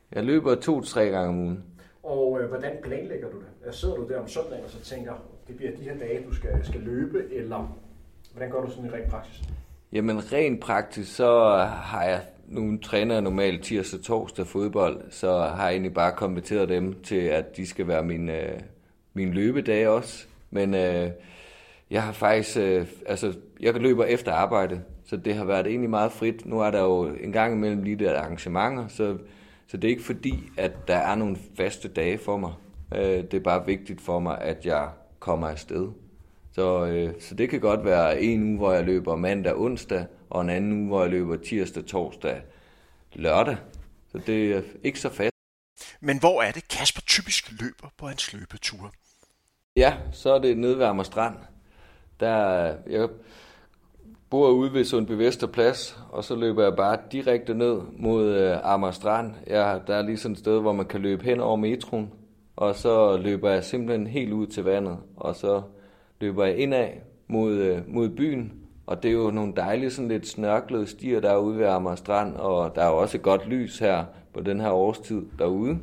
Jeg løber 2-3 gange om ugen. Og hvordan planlægger du det? Sidder du der om søndagen og så tænker, det bliver de her dage, du skal løbe, eller hvordan gør du sådan i ren praksis? Jamen rent praktisk, så har jeg, nu træner jeg normalt tirsdag og torsdag fodbold, så har jeg egentlig bare konverteret dem til, at de skal være min løbedage også. Men jeg har faktisk, jeg løber efter arbejde, så det har været egentlig meget frit. Nu er der jo en gang imellem lige der arrangementer, så det er ikke fordi, at der er nogle faste dage for mig. Det er bare vigtigt for mig, at jeg kommer afsted. Så det kan godt være en uge, hvor jeg løber mandag, onsdag, og en anden uge, hvor jeg løber tirsdag, torsdag, lørdag. Så det er ikke så fast. Men hvor er det, Kasper typisk løber på hans løbeture? Ja, så er det nede ved Amager Strand. Jeg bor ude ved Sundbyvester Plads, og så løber jeg bare direkte ned mod Amager Strand. Der er lige sådan et sted, hvor man kan løbe hen over metroen, og så løber jeg simpelthen helt ud til vandet, og så løber jeg indad mod byen, og det er jo nogle dejlige sådan lidt snørklede stier derude ved Amager Strand, og der er jo også et godt lys her på den her årstid derude.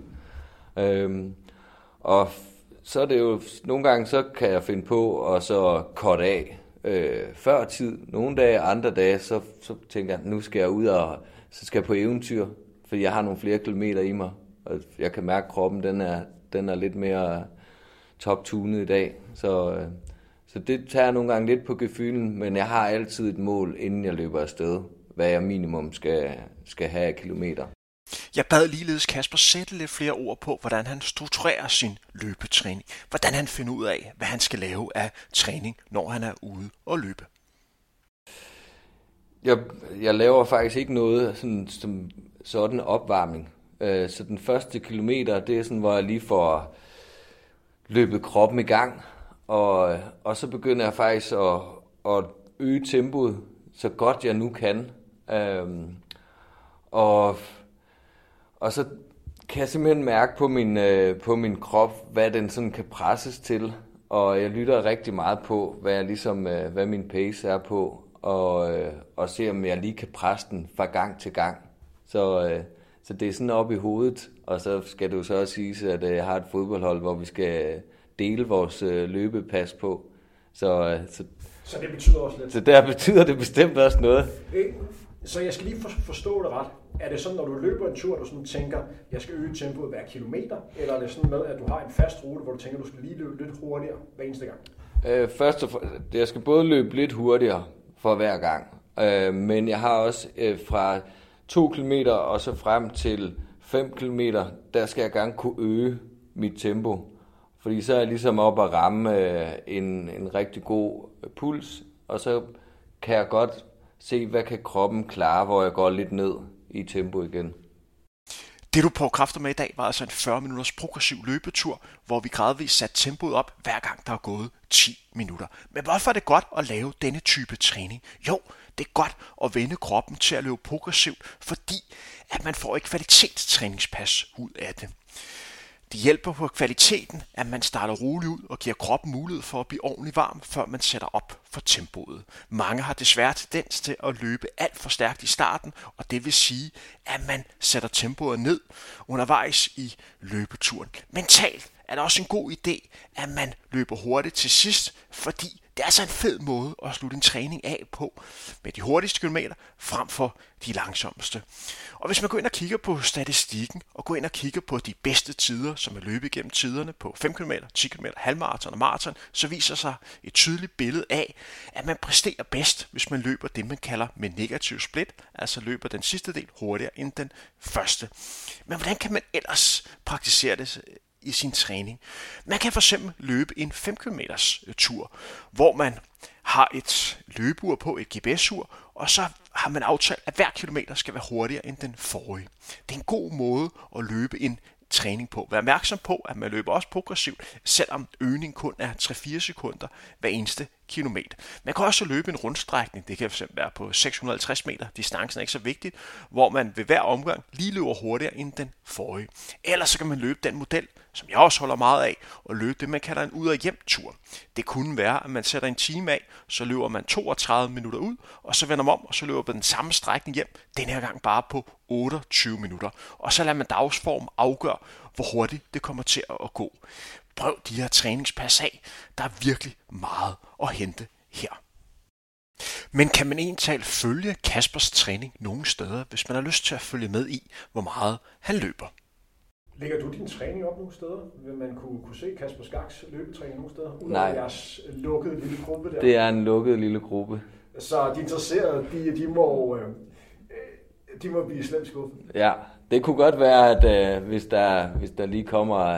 Og så er det jo, nogle gange så kan jeg finde på og så korte af før tid. Nogle dage, andre dage, så tænker jeg, nu skal jeg ud og så skal jeg på eventyr, fordi jeg har nogle flere kilometer i mig, og jeg kan mærke, at kroppen den er lidt mere top-tunet i dag. Så det tager jeg nogle gange lidt på gefylen, men jeg har altid et mål, inden jeg løber afsted, hvad jeg minimum skal have af kilometer. Jeg bad ligeledes Kasper sætte lidt flere ord på, hvordan han strukturerer sin løbetræning. Hvordan han finder ud af, hvad han skal lave af træning, når han er ude og løbe. Jeg laver faktisk ikke noget sådan opvarmning. Så den første kilometer, det er sådan, hvor jeg lige får løbet kroppen i gang. Og så begynder jeg faktisk at øge tempoet, så godt jeg nu kan. Og så kan jeg simpelthen mærke på min krop, hvad den sådan kan presses til. Og jeg lytter rigtig meget på, hvad min pace er på. Og se, om jeg lige kan presse den fra gang til gang. Så det er sådan op i hovedet. Og så skal det jo så også siges, at jeg har et fodboldhold, hvor vi skal dele vores løbepas på. Så det betyder også lidt. Så der betyder det bestemt også noget. Så jeg skal lige forstå det ret. Er det sådan, når du løber en tur, du sådan tænker, jeg skal øge tempoet hver kilometer? Eller er det sådan med, at du har en fast rute, hvor du tænker, du skal lige løbe lidt hurtigere hver eneste gang? Jeg skal både løbe lidt hurtigere for hver gang. Men jeg har også fra 2 kilometer og så frem til 5 kilometer, der skal jeg gerne kunne øge mit tempo. Fordi så er jeg ligesom op at ramme en rigtig god puls, og så kan jeg godt se, hvad kan kroppen klare, hvor jeg går lidt ned i tempo igen. Det du på kræfter med i dag var altså en 40 minutters progressiv løbetur, hvor vi gradvist satte tempoet op, hver gang der er gået 10 minutter. Men hvorfor er det godt at lave denne type træning? Jo, det er godt at vende kroppen til at løbe progressivt, fordi at man får et kvalitetstræningspas ud af det. Det hjælper på kvaliteten, at man starter roligt ud og giver kroppen mulighed for at blive ordentligt varm, før man sætter op for tempoet. Mange har desværre tendens til at løbe alt for stærkt i starten, og det vil sige, at man sætter tempoet ned undervejs i løbeturen. Mentalt er det også en god idé, at man løber hurtigt til sidst, fordi det er altså en fed måde at slutte en træning af på med de hurtigste kilometer frem for de langsomste. Og hvis man går ind og kigger på statistikken og går ind og kigger på de bedste tider, som er løbet igennem tiderne på 5 km, 10 km, halvmaraton og maraton, så viser sig et tydeligt billede af, at man præsterer bedst, hvis man løber det, man kalder med negativ split, altså løber den sidste del hurtigere end den første. Men hvordan kan man ellers praktisere det i sin træning? Man kan for eksempel løbe en 5 km tur, hvor man har et løbeur på, et GPS-ur, og så har man aftalt, at hver kilometer skal være hurtigere end den forrige. Det er en god måde at løbe en træning på. Vær opmærksom på, at man løber også progressivt, selvom øgningen kun er 3-4 sekunder hver eneste kilometer. Man kan også løbe en rundstrækning, det kan fx være på 650 meter, distancen er ikke så vigtig, hvor man ved hver omgang lige løber hurtigere end den forrige. Ellers så kan man løbe den model, som jeg også holder meget af, og løbe det, man kalder en ud- og hjem-tur. Det kunne være, at man sætter en time af, så løber man 32 minutter ud, og så vender man om, og så løber man den samme strækning hjem, den her gang bare på 28 minutter. Og så lader man dagsform afgøre, hvor hurtigt det kommer til at gå. Prøv de her træningspas af. Der er virkelig meget at hente her. Men kan man egentlig følge Kaspers træning nogle steder, hvis man har lyst til at følge med i, hvor meget han løber? Lægger du din træning op nogle steder? Vil man kunne se Kasper Skaks løbetræning nogle steder? Ud Nej. af jeres lukkede lille gruppe der? Det er en lukket lille gruppe. Så de interesserede, de må blive slemt skuffet. Ja, det kunne godt være, at hvis der lige kommer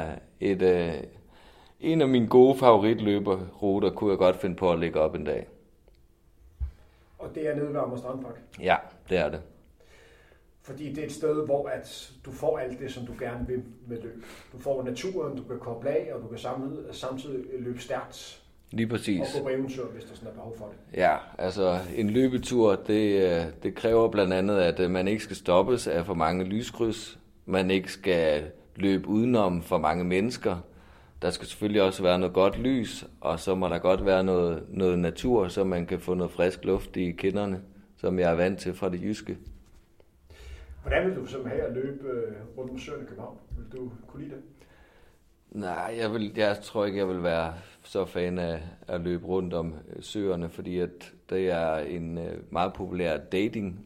en af mine gode favoritløberruter, kunne jeg godt finde på at lægge op en dag. Og det er nede ved Amager Strandpark? Ja, det er det. Fordi det er et sted, hvor at du får alt det, som du gerne vil med løb. Du får naturen, du kan koble af, og du kan samtidig løbe stærkt. Lige præcis. Og gå på eventyr, hvis der sådan er behov for det. Ja, altså en løbetur, det kræver blandt andet, at man ikke skal stoppes af for mange lyskryds. Man ikke skal løbe udenom for mange mennesker. Der skal selvfølgelig også være noget godt lys, og så må der godt være noget natur, så man kan få noget frisk luft i kinderne, som jeg er vant til fra det jyske. Hvordan vil du simpelthen have at løbe rundt om søerne i København? Vil du kunne lide det? Nej, jeg tror ikke, jeg vil være så fan af at løbe rundt om søerne, fordi at det er en meget populær dating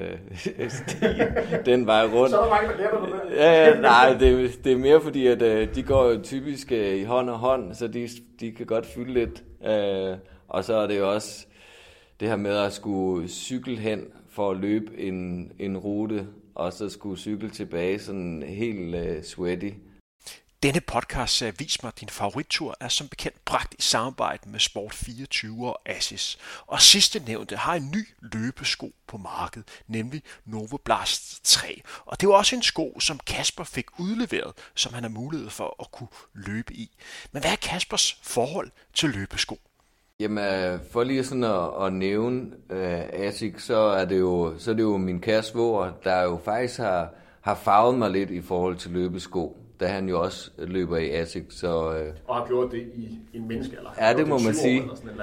den vej rundt. Så er der mange, der gætter på det. Ja, nej, det er mere fordi, at de går jo typisk i hånd og hånd, så de kan godt fylde lidt. Og så er det jo også det her med at skulle cykle hen for at løbe en rute, og så skulle cykle tilbage sådan helt sweaty. Denne podcast Vis mig din favorittur er som bekendt bragt i samarbejde med Sport24 og Asics. Og sidste nævnte har en ny løbesko på markedet, nemlig Novoblast 3. Og det var også en sko, som Kasper fik udleveret, som han har mulighed for at kunne løbe i. Men hvad er Kaspers forhold til løbesko? Jamen, for lige sådan at nævne Asics, så er det jo min kære svoger, der jo faktisk har farvet mig lidt i forhold til løbesko, da han jo også løber i Asics. Så, og har gjort det i en menneskealder. Ja, det må man sige.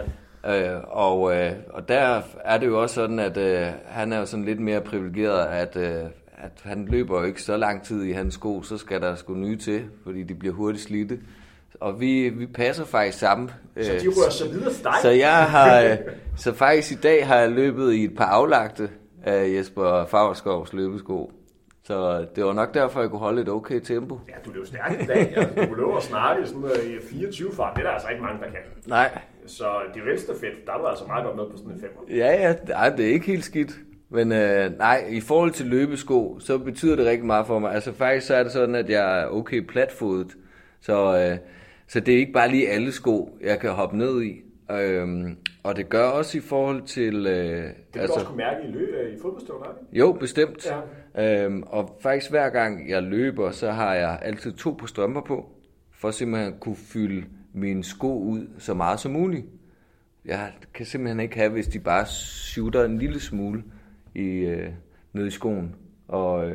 Og der er det jo også sådan, at han er jo sådan lidt mere privilegeret, at han løber jo ikke så lang tid i hans sko, så skal der sgu nye til, fordi de bliver hurtigt slidte. Og vi passer faktisk sammen. Så de rører så videre til dig? Så faktisk i dag har jeg løbet i et par aflagte af Jesper Favrskovs løbesko. Så det var nok derfor, jeg kunne holde et okay tempo. Ja, du er jo stærk i dag. Altså, du kunne løbe og snakke sådan i 24 fart. Det er der altså ikke mange, der kan. Nej. Så det venstre fedt, der er du altså meget godt med på sådan en 5'er. Ja, det er ikke helt skidt. Men nej, i forhold til løbesko, så betyder det rigtig meget for mig. Altså faktisk så er det sådan, at jeg er okay platfodet. Så det er ikke bare lige alle sko, jeg kan hoppe ned i. Og det gør også i forhold til... det kan du også kunne mærke i fodboldstøvler, ikke? Jo, bestemt. Ja. Og faktisk hver gang jeg løber, så har jeg altid 2 par strømper på, for simpelthen at kunne fylde mine sko ud så meget som muligt. Jeg kan simpelthen ikke have, hvis de bare shooter en lille smule ned i skoen. Og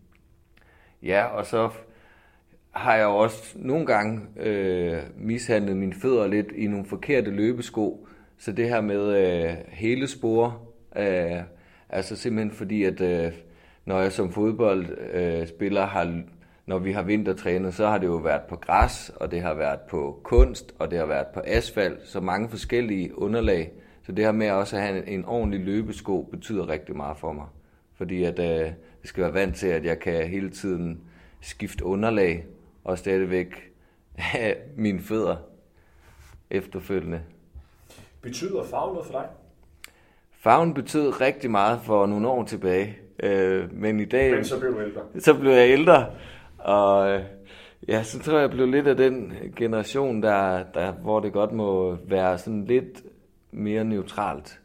og så har jeg også nogle gange mishandlet mine fødder lidt i nogle forkerte løbesko. Så det her med hele spor, altså simpelthen fordi, at når jeg som fodboldspiller når vi har vintertrænet, så har det jo været på græs, og det har været på kunst, og det har været på asfalt, så mange forskellige underlag. Så det her med også at have en ordentlig løbesko betyder rigtig meget for mig. Fordi at det skal være vant til, at jeg kan hele tiden skifte underlag, og stadigvæk have mine fødder efterfølgende. Betyder farven noget for dig? Farven betød rigtig meget for nogle år tilbage. Men i dag... Men så blev du ældre? Så blev jeg ældre. Og så tror jeg blev lidt af den generation, hvor det godt må være sådan lidt mere neutralt.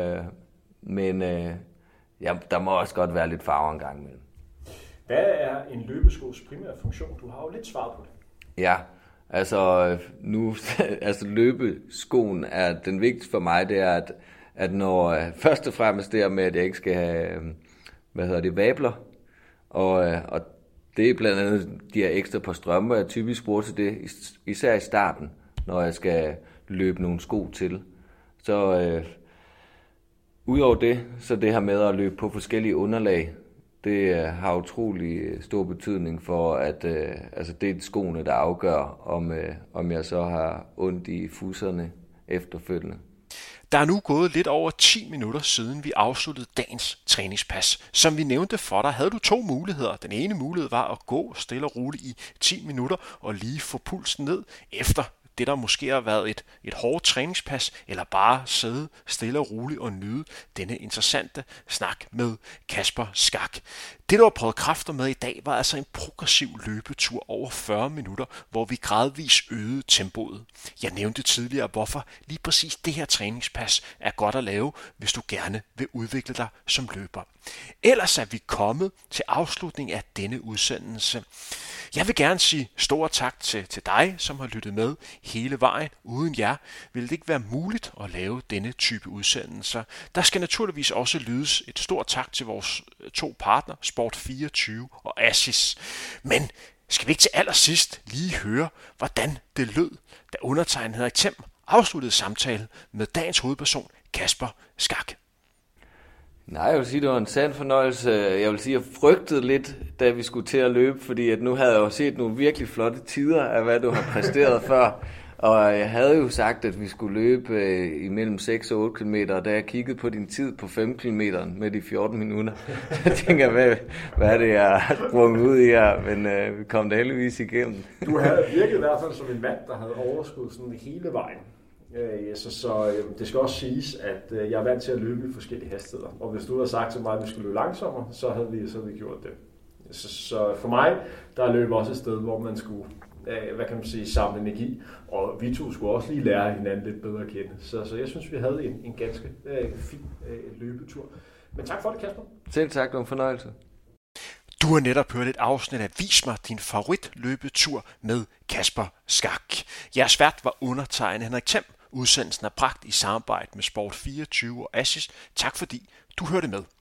Men der må også godt være lidt farve engang imellem. Hvad er en løbeskos primære funktion? Du har jo lidt svaret på det. Ja, Altså nu, altså løbeskoen er den vigtigste for mig, det er, at når først og fremmest det er med, at jeg ikke skal have, vabler, og det er blandt andet de her ekstra par strømper, jeg typisk bruger til det, især i starten, når jeg skal løbe nogle sko til. Så udover det, så det her med at løbe på forskellige underlag, det har utrolig stor betydning for, at det er skoene, der afgør, om jeg så har ondt i fusserne efterfølgende. Der er nu gået lidt over 10 minutter siden vi afsluttede dagens træningspas. Som vi nævnte for dig, havde du 2 muligheder. Den ene mulighed var at gå stille og roligt i 10 minutter og lige få pulsen ned efter det, der måske har været et hårdt træningspas, eller bare sidde stille og roligt og nyde denne interessante snak med Kasper Skak. Det, du har prøvet kræfter med i dag, var altså en progressiv løbetur over 40 minutter, hvor vi gradvist øgede tempoet. Jeg nævnte tidligere, hvorfor lige præcis det her træningspas er godt at lave, hvis du gerne vil udvikle dig som løber. Ellers er vi kommet til afslutningen af denne udsendelse. Jeg vil gerne sige stor tak til dig, som har lyttet med hele vejen. Uden jer ville det ikke være muligt at lave denne type udsendelser. Der skal naturligvis også lydes et stort tak til vores 2 partner, Sport24 og Asis. Men skal vi ikke til allersidst lige høre, hvordan det lød, da undertegnede Henrik Them afsluttede samtale med dagens hovedperson, Kasper Skak? Nej, jeg vil sige, det var en sand fornøjelse. Jeg vil sige, jeg frygtede lidt, da vi skulle til at løbe, fordi at nu havde jeg jo set nogle virkelig flotte tider af, hvad du har præsteret før. Og jeg havde jo sagt, at vi skulle løbe imellem 6 og 8 km, og da jeg kiggede på din tid på 5 km med de 14 minutter, så tænkte jeg, hvad er det, jeg har sprunget ud i her, men vi kom da heldigvis igennem. Du havde virket i hvert fald som en mand, der havde overskud sådan hele vejen. Så det skal også siges, at jeg er vant til at løbe i forskellige hastigheder. Og hvis du havde sagt til mig, at vi skulle løbe langsommere, så havde vi gjort det. Så for mig, der er løb også et sted, hvor man skulle samle energi. Og vi to skulle også lige lære hinanden lidt bedre at kende. Så jeg synes, vi havde en ganske fin løbetur. Men tak for det, Kasper. Selv tak, det var en fornøjelse. Du har netop hørt et afsnit af Vis mig din favoritløbetur med Kasper Skak. Jeres vært var undertegnet Henrik Them. Udsendelsen er bragt i samarbejde med Sport24 og Asis. Tak fordi du hørte med.